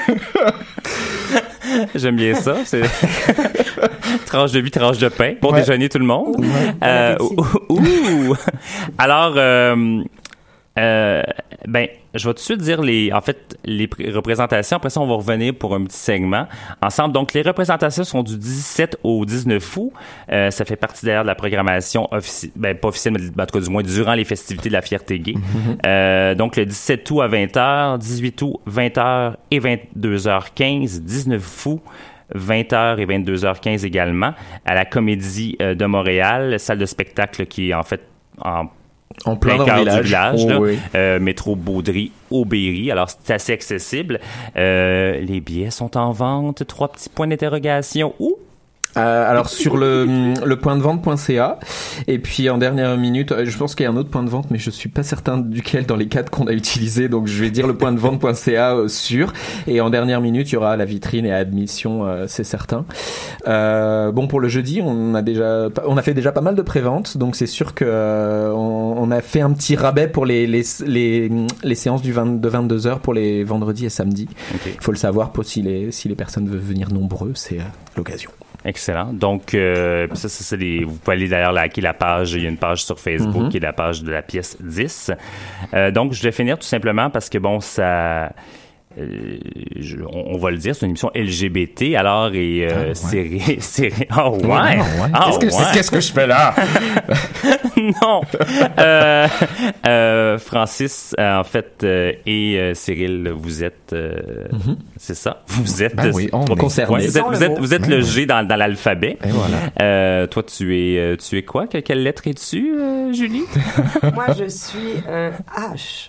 J'aime bien ça. C'est tranche de vie, tranche de pain. Bon ouais. déjeuner tout le monde. Ouais. Euh, ouh, ouh. Alors, euh, euh, ben, je vais tout de suite dire les, en fait, les pr- représentations. Après ça, on va revenir pour un petit segment ensemble. Donc, les représentations sont du dix-sept au dix-neuf août. Euh, ça fait partie d'ailleurs de la programmation officielle, ben, pas officielle, mais en tout cas, du moins, durant les festivités de la Fierté Gay. Mm-hmm. Euh, donc, le dix-sept août à vingt heures, dix-huit août, vingt heures et vingt-deux heures quinze, dix-neuf août, vingt heures et vingt-deux heures quinze également, à la Comédie de Montréal, salle de spectacle qui est en fait en En plein, plein cœur village. du village, oh, là, oui. euh, métro Baudry, Aubéry. Alors, c'est assez accessible. Euh, les billets sont en vente. Trois petits points d'interrogation. Où? Euh, alors sur le le point de vente point c a, et puis en dernière minute je pense qu'il y a un autre point de vente mais je suis pas certain duquel dans les quatre qu'on a utilisé, donc je vais dire le point de vente point c a euh, sûr, et en dernière minute il y aura la vitrine et admission, euh, c'est certain. Euh, bon, pour le jeudi on a déjà on a fait déjà pas mal de préventes, donc c'est sûr que euh, on, on a fait un petit rabais pour les les les, les séances du vingt, de vingt-deux heures pour les vendredis et samedis. Okay. Il faut le savoir pour si les si les personnes veulent venir nombreux, c'est euh, l'occasion. Excellent. Donc, euh, ça, ça, c'est des, vous pouvez aller d'ailleurs liker la page. Il y a une page sur Facebook mm-hmm. qui est la page de la pièce dix. Euh, donc, je vais finir tout simplement parce que, bon, ça... Euh, je, on, on va le dire, c'est une émission L G B T, alors, et euh, ah, c'est... ouais. c'est oh, ouais! ouais. Oh, qu'est-ce, que, ouais. qu'est-ce que je fais là? Non! Euh, euh, Francis, euh, en fait, euh, et euh, Cyril, vous êtes... Euh, mm-hmm. C'est ça? Vous êtes... Ben oui, on est concernés. Ouais, vous êtes, vous êtes, vous êtes ben le G dans, dans l'alphabet. Et voilà. Euh, toi, tu es, tu es quoi? Quelle lettre es-tu, euh, Julie? Moi, je suis euh, H.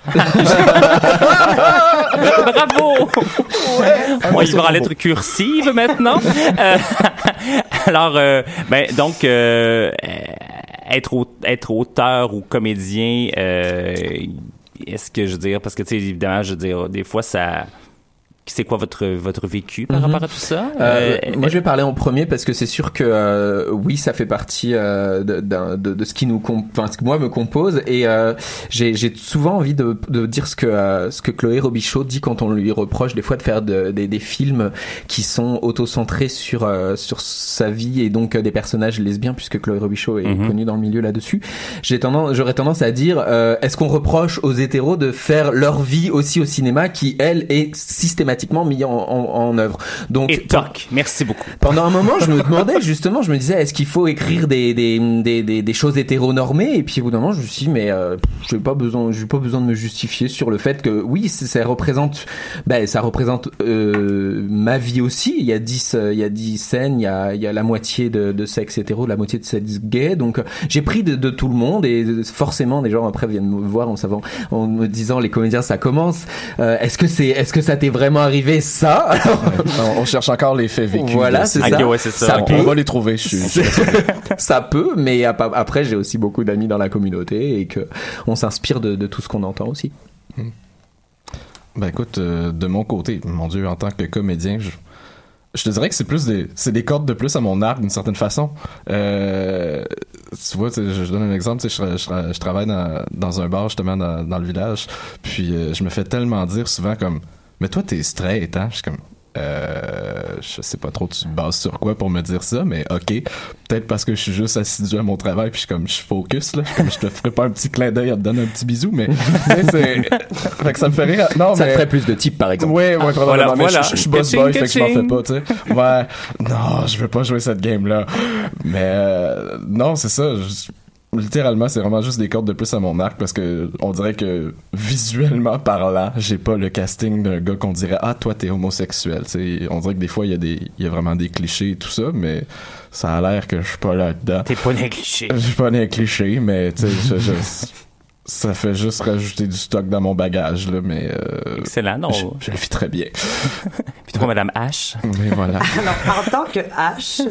Bravo! Ouais. On y va en lettres cursives maintenant. euh, alors, euh, ben donc, euh, être, au, être auteur ou comédien, euh, est-ce que je veux dire, parce que tu sais, évidemment, je veux dire, des fois, ça... C'est quoi votre votre vécu par mm-hmm. rapport à tout ça? Euh, euh, moi, je vais parler en premier parce que c'est sûr que euh, oui, ça fait partie euh, de, de, de, de ce qui nous, comp- enfin, ce que moi me compose, et euh, j'ai, j'ai souvent envie de, de dire ce que euh, ce que Chloé Robichaud dit quand on lui reproche des fois de faire de, de, des films qui sont auto-centrés sur euh, sur sa vie et donc euh, des personnages lesbiens, puisque Chloé Robichaud est mm-hmm. connue dans le milieu là-dessus. J'ai tendance, j'aurais tendance à dire, euh, est-ce qu'on reproche aux hétéros de faire leur vie aussi au cinéma, qui elle est systématiquement mis en, en, en œuvre. Donc, et toc, merci beaucoup. Pendant un moment, je me demandais justement, je me disais, est-ce qu'il faut écrire des des des des, des choses hétéronormées? Et puis au bout d'un moment, je me suis dit, mais euh, j'ai pas besoin, j'ai pas besoin de me justifier sur le fait que oui, ça représente, ben ça représente euh, ma vie aussi. Il y a dix, il y a dix scènes, il y a il y a la moitié de, de sexe hétéro, la moitié de sexe gay. Donc j'ai pris de, de tout le monde, et forcément, des gens après viennent me voir en savant, en me disant, les comédiens, ça commence. Euh, est-ce que c'est, est-ce que ça t'est vraiment arrivé ça? Alors, ouais, on cherche encore les faits vécus. Voilà, c'est ça. Okay, ouais, c'est ça. ça okay. On va les trouver. Je suis, je suis ça peut, mais après j'ai aussi beaucoup d'amis dans la communauté et que on s'inspire de, de tout ce qu'on entend aussi. Ben écoute, euh, de mon côté, mon Dieu, en tant que comédien, je, je te dirais que c'est plus des, c'est des cordes de plus à mon arc d'une certaine façon. Euh, tu vois, tu sais, je, je donne un exemple, tu sais, je, je, je travaille dans, dans un bar justement dans, dans le village, puis euh, je me fais tellement dire souvent comme, mais toi t'es straight, hein? Je suis comme, Euh, je sais pas trop tu te bases sur quoi pour me dire ça, mais ok, peut-être parce que je suis juste assidu à mon travail puis je suis comme je suis focus là, je, comme, je te ferai pas un petit clin d'œil à te donner un petit bisou, mais tu sais, c'est fait que ça me fait rire. Non, ça mais... te ferait plus de type par exemple. Ouais, ouais, probablement. Voilà, mais voilà. je, je suis boss boy, fait que je m'en fais pas, tu sais. Ouais, non, je veux pas jouer cette game là, mais euh, non, c'est ça. Je... Littéralement, c'est vraiment juste des cordes de plus à mon arc parce que on dirait que visuellement parlant, j'ai pas le casting d'un gars qu'on dirait ah toi t'es homosexuel. T'sais, on dirait que des fois il y a des il y a vraiment des clichés et tout ça, mais ça a l'air que je suis pas là-dedans. T'es pas dans les clichés. Je suis pas dans les clichés, mais tu sais, je, je, ça fait juste rajouter du stock dans mon bagage là, mais euh, excellent, non. Je, je le vis très bien. Puis toi, Madame H. Mais voilà. Alors, en tant que H.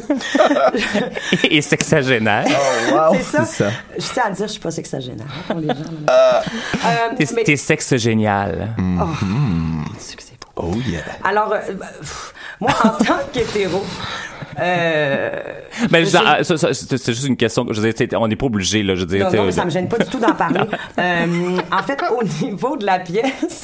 et, et sexagénaire. Oh, wow. C'est ça. C'est ça. Je tiens à dire, je suis pas sexagénaire pour les gens. Euh, euh, t'es, mais... t'es sexe génial. Mm-hmm. Oh. C'est beau. Oh yeah. Alors, euh, pff, moi, en tant qu'hétéro, Euh, ben, je, ah, ça, ça, c'est, c'est juste une question. Je veux dire, on n'est pas obligé, là. Je veux dire, non, non, ça me gêne pas du tout d'en parler. euh, en fait, au niveau de la pièce,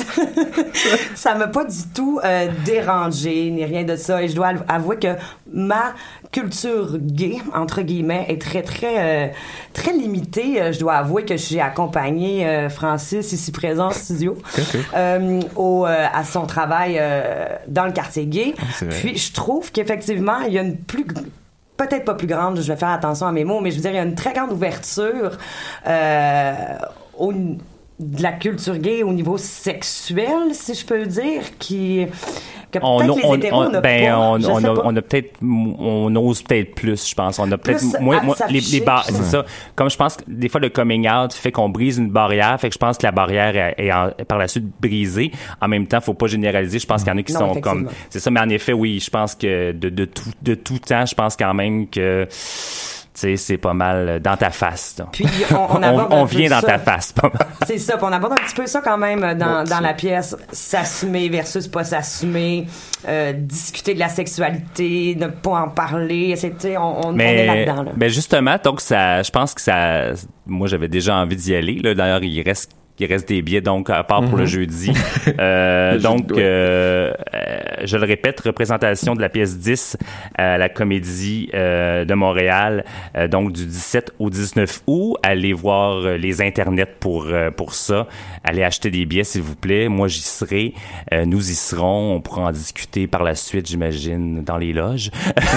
ça m'a pas du tout euh, dérangé ni rien de ça. Et je dois avouer que ma culture gay, entre guillemets, est très, très, euh, très limitée. Je dois avouer que j'ai accompagné euh, Francis, ici présent en studio, okay. euh, au, euh, à son travail euh, dans le quartier gay. Ah, puis, je trouve qu'effectivement, il y a une plus peut-être pas plus grande, je vais faire attention à mes mots, mais je veux dire, il y a une très grande ouverture euh, au, de la culture gay au niveau sexuel, si je peux dire, qui que on, peut-être on, les hétéros on, n'ont ben, pas. On, je on, sais a, pas. on a peut-être, on ose peut-être plus, je pense. On a peut-être Plus moi, moi les, les bar- puis... c'est ça. Comme je pense que des fois le coming out fait qu'on brise une barrière, fait que je pense que la barrière est, est, en, est par la suite brisée. En même temps, faut pas généraliser. Je pense qu'il y en a qui non, sont comme, c'est ça. Mais en effet, oui, je pense que de, de tout, de tout temps, je pense quand même que. Tu sais, c'est pas mal dans ta face. Donc. Puis on, on, on, on vient dans ça. ta face, pas mal. C'est ça, puis on aborde un petit peu ça quand même dans, bon, dans la pièce, s'assumer versus pas s'assumer, euh, discuter de la sexualité, ne pas en parler, c'est, on, on, mais, on est là-dedans. Là. Mais justement, donc ça, je pense que ça, moi j'avais déjà envie d'y aller. Là. D'ailleurs, il reste Il reste des billets, donc, à part pour mm-hmm. le jeudi. Euh, le donc, jeudi, ouais. euh, euh, je le répète, représentation de la pièce dix à la Comédie euh, de Montréal, euh, donc du dix-sept au dix-neuf août. Allez voir euh, les internets pour euh, pour ça. Allez acheter des billets, s'il vous plaît. Moi, j'y serai. Euh, nous y serons. On pourra en discuter par la suite, j'imagine, dans les loges.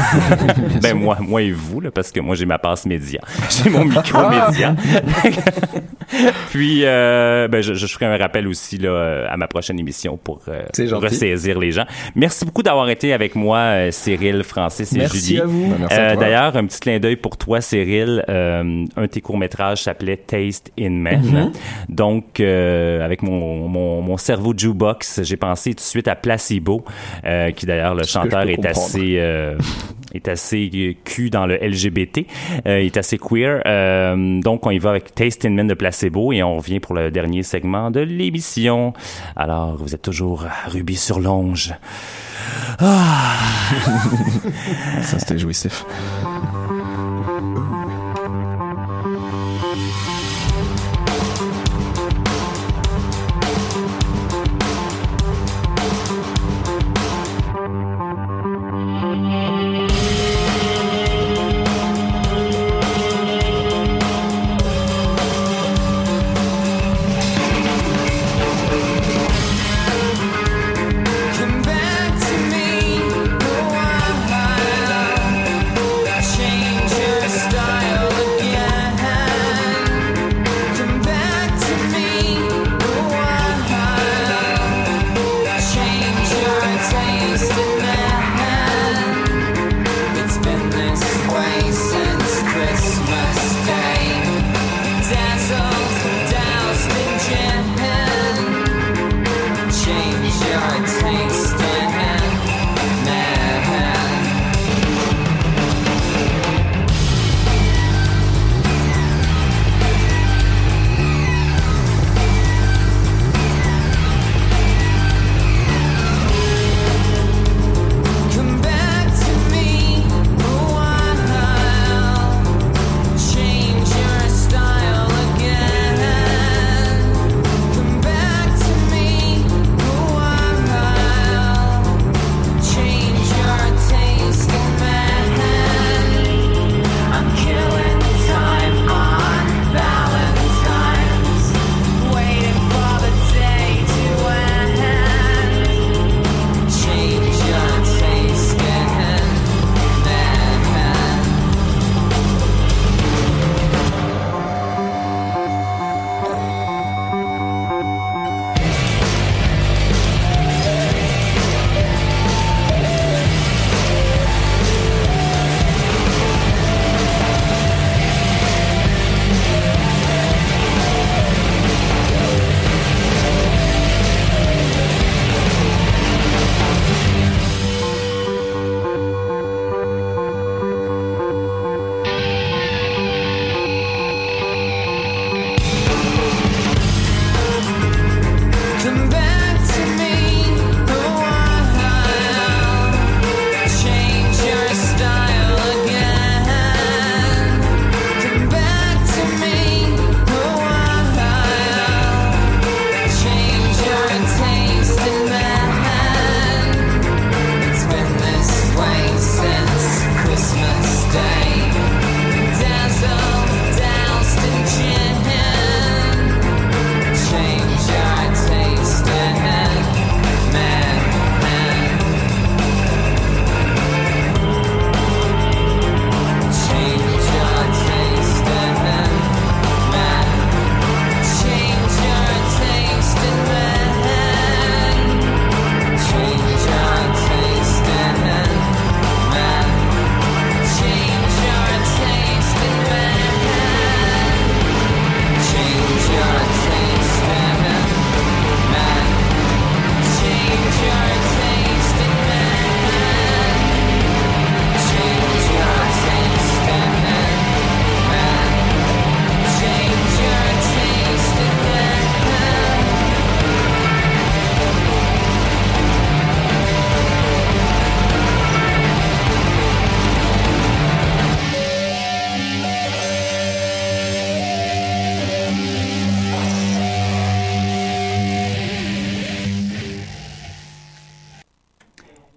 ben, moi, moi et vous, là, parce que moi, j'ai ma passe média. J'ai mon micro média. Puis, euh, ben, je, je ferai un rappel aussi là, à ma prochaine émission pour euh, ressaisir les gens. Merci beaucoup d'avoir été avec moi, euh, Cyril, Francis et Merci Julie. À vous. Euh, Merci à toi. D'ailleurs, un petit clin d'œil pour toi, Cyril. Euh, un de tes courts-métrages s'appelait Taste in Men. Mm-hmm. Donc, euh, avec mon, mon, mon cerveau jukebox, j'ai pensé tout de suite à Placebo, euh, qui d'ailleurs, le Ce chanteur est comprendre. assez... Euh, est assez cul dans le L G B T, euh, il est assez queer. Euh, donc, on y va avec Taste in Men de Placebo et on revient pour le dernier segment de l'émission. Alors, vous êtes toujours à Ruby sur Longe. Ah! Ça, c'était jouissif. Come back to me, oh, I, I, I, I changed.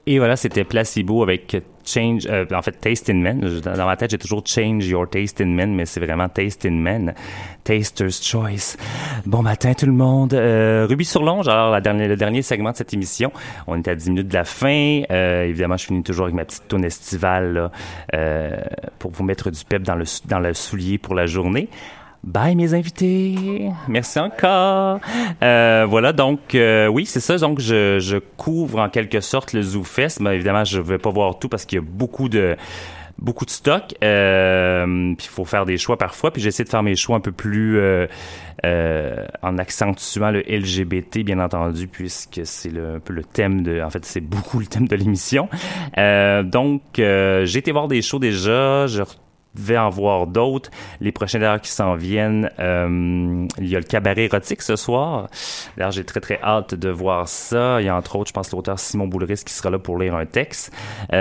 Et voilà, c'était Placebo avec Change, euh, en fait, Taste in Men. Dans, dans ma tête, j'ai toujours Change Your Taste in Men, mais c'est vraiment Taste in Men. Taster's Choice. Bon matin, tout le monde. Euh, Ruby sur Longe, alors la dernière, le dernier segment de cette émission. On est à dix minutes de la fin. Euh, évidemment, je finis toujours avec ma petite tourne estivale là, euh, pour vous mettre du pep dans le, dans le soulier pour la journée. Bye mes invités, merci encore. Euh, voilà donc euh, oui c'est ça donc je, je couvre en quelque sorte le ZooFest, mais évidemment je vais pas voir tout parce qu'il y a beaucoup de beaucoup de stock. Euh, puis il faut faire des choix parfois. Puis j'essaie de faire mes choix un peu plus euh, euh, en accentuant le L G B T bien entendu puisque c'est le, un peu le thème de en fait c'est beaucoup le thème de l'émission. Euh, donc euh, j'ai été voir des shows déjà. Je vais en voir d'autres. Les prochaines heures qui s'en viennent, euh, il y a le cabaret érotique ce soir. D'ailleurs, j'ai très, très hâte de voir ça. Il y a entre autres, je pense, l'auteur Simon Boulris qui sera là pour lire un texte.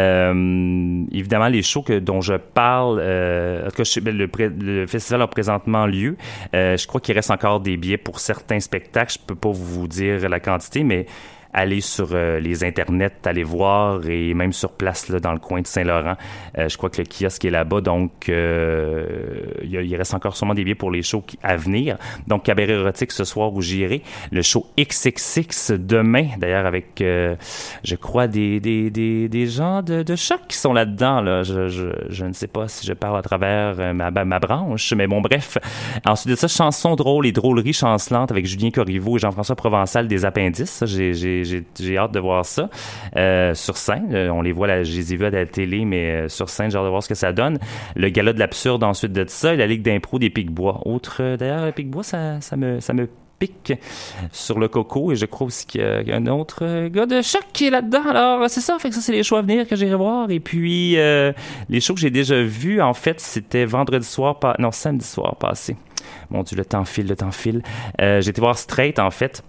Euh, évidemment, les shows que, dont je parle, euh, en tout cas, je, le, le festival a présentement lieu. Euh, je crois qu'il reste encore des billets pour certains spectacles. Je peux pas vous dire la quantité, mais aller sur euh, les internets, aller voir et même sur place là, dans le coin de Saint-Laurent. Euh, je crois que le kiosque est là-bas, donc euh, il, y a, il reste encore sûrement des billets pour les shows qui, à venir. Donc, cabaret érotique ce soir où j'irai. Le show X X X demain, d'ailleurs avec, euh, je crois, des, des, des, des gens de, de choc qui sont là-dedans. Là. Je, je, je ne sais pas si je parle à travers euh, ma, ma branche, mais bon, bref. Ensuite de ça, chansons drôles et drôleries chancelantes avec Julien Corriveau et Jean-François Provençal des Appendices. Ça, j'ai, j'ai J'ai, j'ai hâte de voir ça euh, sur scène. Euh, on les voit, là, je les ai vus à la télé, mais euh, sur scène, j'ai hâte de voir ce que ça donne. Le gala de l'absurde ensuite de ça, et la Ligue d'impro des Pic-Bois. Autre, euh, d'ailleurs, le Pic-Bois, ça, ça me, ça me pique sur le coco, et je crois aussi qu'il y a, qu'il y a un autre euh, gars de choc qui est là-dedans. Alors, c'est ça, fait que ça, c'est les shows à venir que j'irai voir. Et puis, euh, les shows que j'ai déjà vus, en fait, c'était vendredi soir, pas, non, samedi soir passé. Mon Dieu, le temps file, le temps file. Euh, j'ai été voir Straight, en fait.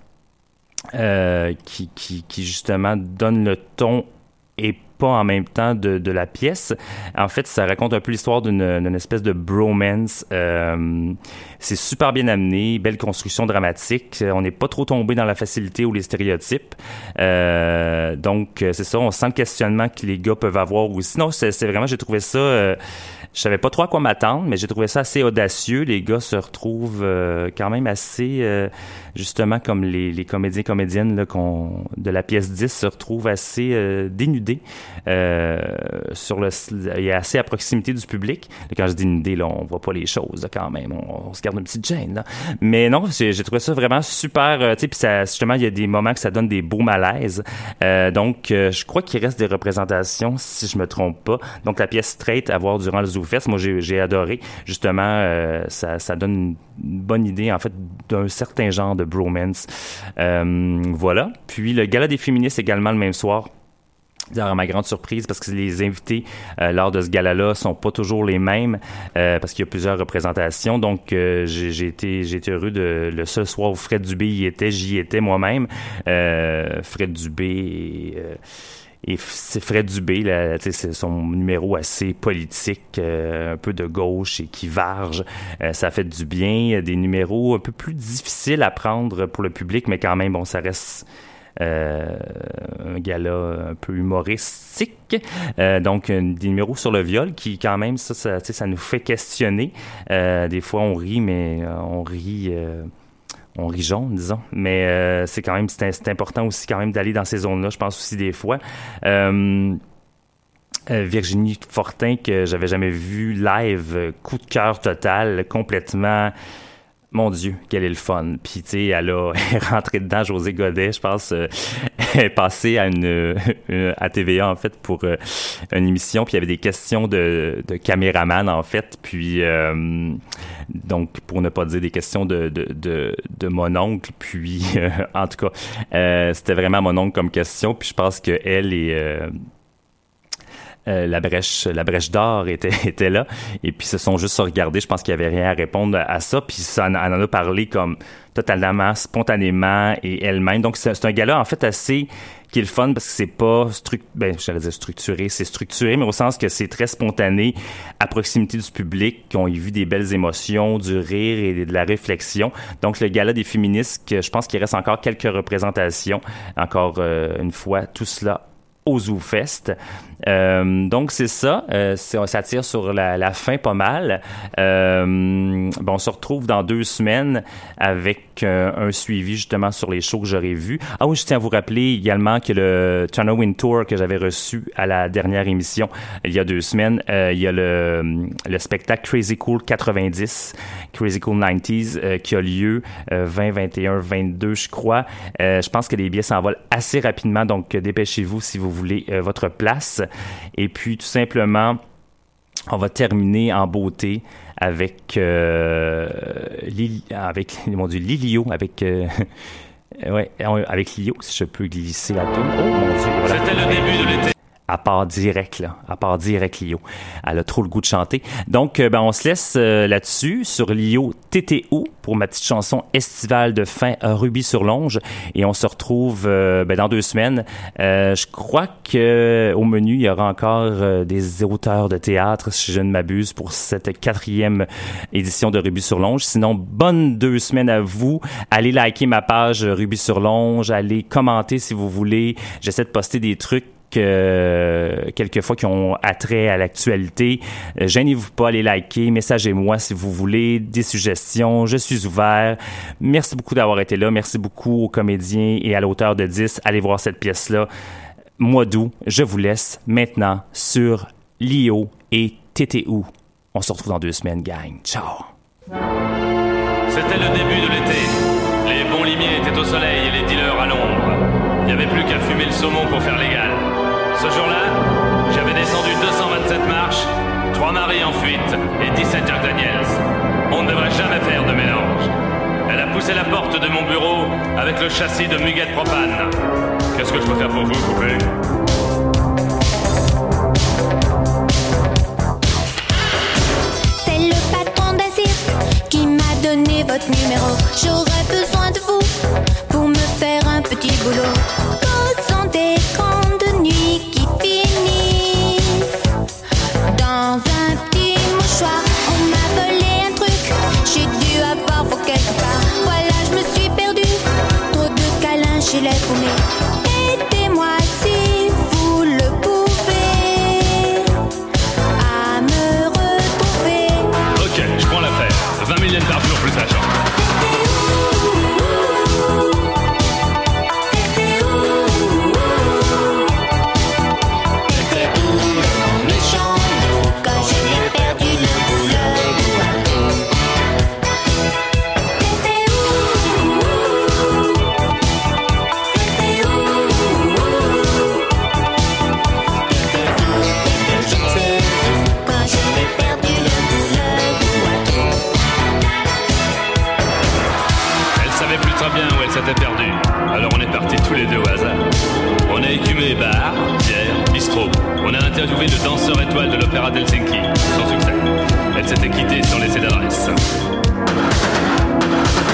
Euh, qui, qui, qui justement donne le ton et pas en même temps de, de la pièce. En fait, ça raconte un peu l'histoire d'une, d'une espèce de bromance. Euh, c'est super bien amené, belle construction dramatique. On n'est pas trop tombé dans la facilité ou les stéréotypes. Euh, donc, c'est ça, on sent le questionnement que les gars peuvent avoir aussi. Non, c'est, c'est vraiment, j'ai trouvé ça... Euh, je savais pas trop à quoi m'attendre, mais j'ai trouvé ça assez audacieux. Les gars se retrouvent euh, quand même assez, euh, justement, comme les, les comédiens comédiennes là, qu'on, de la pièce dix se retrouvent assez euh, dénudés. Euh, sur le, il est assez à proximité du public. Quand je dis dénudés, là, on voit pas les choses là, quand même. On, on se garde une petite gêne. Là. Mais non, j'ai, j'ai trouvé ça vraiment super. Euh, tu sais, puis ça, justement, il y a des moments que ça donne des beaux malaises. Euh, donc, euh, je crois qu'il reste des représentations, si je me trompe pas. Donc, la pièce Straight à voir durant le ZooFest, moi, j'ai, j'ai adoré. Justement, euh, ça, ça donne une bonne idée, en fait, d'un certain genre de bromance. Euh, voilà. Puis, le Gala des féministes également le même soir. D'ailleurs, à ma grande surprise, parce que les invités euh, lors de ce gala-là sont pas toujours les mêmes, euh, parce qu'il y a plusieurs représentations. Donc, euh, j'ai, j'ai été, j'ai été heureux de le seul soir où Fred Dubé y était, j'y étais moi-même. Euh, Fred Dubé et, euh, et c'est Fred Dubé, là, c'est son numéro assez politique, euh, un peu de gauche et qui varge. Euh, ça fait du bien. Des numéros un peu plus difficiles à prendre pour le public, mais quand même, bon, ça reste... Euh, un gala un peu humoristique, euh, donc des numéros sur le viol qui quand même ça, ça, ça nous fait questionner. Euh, des fois on rit, mais euh, on rit euh, on rit jaune, disons, mais euh, c'est quand même c'est, c'est important aussi quand même d'aller dans ces zones-là, je pense aussi des fois. Euh, Euh, Virginie Fortin, que j'avais jamais vu live, coup de cœur total, complètement. Mon Dieu, quel est le fun. Puis, tu sais, elle a elle est rentrée dedans, José Godet, je pense, euh, elle est passée à une, une à T V A, en fait, pour euh, une émission. Puis, il y avait des questions de, de caméraman, en fait. Puis, euh, donc, pour ne pas dire des questions de, de, de, de mon oncle. Puis, euh, en tout cas, euh, c'était vraiment mon oncle comme question. Puis, je pense qu'elle est... Euh, Euh, la brèche la brèche d'or était était là et puis se sont juste regardés. Je pense qu'il y avait rien à répondre à ça, puis ça elle en a parlé comme totalement spontanément et elle-même. Donc c'est, c'est un gala en fait assez qui est le fun parce que c'est pas struct ben j'allais dire structuré, c'est structuré mais au sens que c'est très spontané, à proximité du public, qui ont vu des belles émotions, du rire et de la réflexion. Donc le gala des féministes, que je pense qu'il reste encore quelques représentations, encore euh, une fois tout cela au Zoo Fest. Euh, donc c'est ça, euh, c'est, ça tire sur la, la fin pas mal. Euh, bon, on se retrouve dans deux semaines avec euh, un suivi justement sur les shows que j'aurais vus. Ah oui, je tiens à vous rappeler également que le Tunnelwind Tour que j'avais reçu à la dernière émission il y a deux semaines, euh, il y a le, le spectacle Crazy Cool quatre-vingt-dix, Crazy Cool quatre-vingt-dix, euh, qui a lieu euh, vingt, vingt et un, vingt-deux, je crois. Euh, je pense que les billets s'envolent assez rapidement, donc euh, dépêchez-vous si vous voulez euh, votre place. Et puis, tout simplement, on va terminer en beauté avec euh, Lili, avec mon Dieu, Lilio, avec euh, ouais, avec Lio, si je peux glisser la toune. Oh mon Dieu, voilà. C'était le début de l'été. À part direct, là. À part direct, Lio. Elle a trop le goût de chanter. Donc, euh, ben, on se laisse euh, là-dessus, sur Lio T T O, pour ma petite chanson estivale de fin, euh, Rubis-sur-Longe. Et on se retrouve euh, ben, dans deux semaines. Euh, je crois qu'au menu, il y aura encore euh, des auteurs de théâtre, si je ne m'abuse, pour cette quatrième édition de Rubis-sur-Longe. Sinon, bonne deux semaines à vous. Allez liker ma page Rubis-sur-Longe. Allez commenter si vous voulez. J'essaie de poster des trucs Euh, quelquefois qui ont attrait à l'actualité. Euh, gênez-vous pas, allez liker, messagez-moi si vous voulez, des suggestions, je suis ouvert. Merci beaucoup d'avoir été là, merci beaucoup aux comédiens et à l'auteur de dix. Allez voir cette pièce-là. Mois d'août, je vous laisse maintenant sur Lio et T T O. On se retrouve dans deux semaines, gang. Ciao! C'était le début de l'été. Les bons limiers étaient au soleil et les dealers à l'ombre. Il n'y avait plus qu'à fumer le saumon pour faire légal. Ce jour-là, j'avais descendu deux cent vingt-sept marches, trois maris en fuite et dix-sept Jack Daniels. On ne devrait jamais faire de mélange. Elle a poussé la porte de mon bureau avec le châssis de Muguette Propane. Qu'est-ce que je peux faire pour vous, poupée? C'est le patron d'un cirque qui m'a donné votre numéro. J'aurais besoin de vous pour me faire un petit boulot. Causons des grandes nuits qui finissent dans un petit mouchoir. On m'a volé un truc, j'ai dû avoir vos quelque part. Voilà, je me suis perdue, trop de câlins chez les paumés. Aidez-moi si vous le pouvez à me retrouver. Ok, je prends l'affaire. vingt mille yens par jour plus la chambre. Bien où elle s'était perdue. Alors on est partis tous les deux au hasard. On a écumé bar, bière, bistrot. On a interviewé le danseur étoile de l'opéra d'Helsinki. Sans succès. Elle s'était quittée sans laisser d'adresse.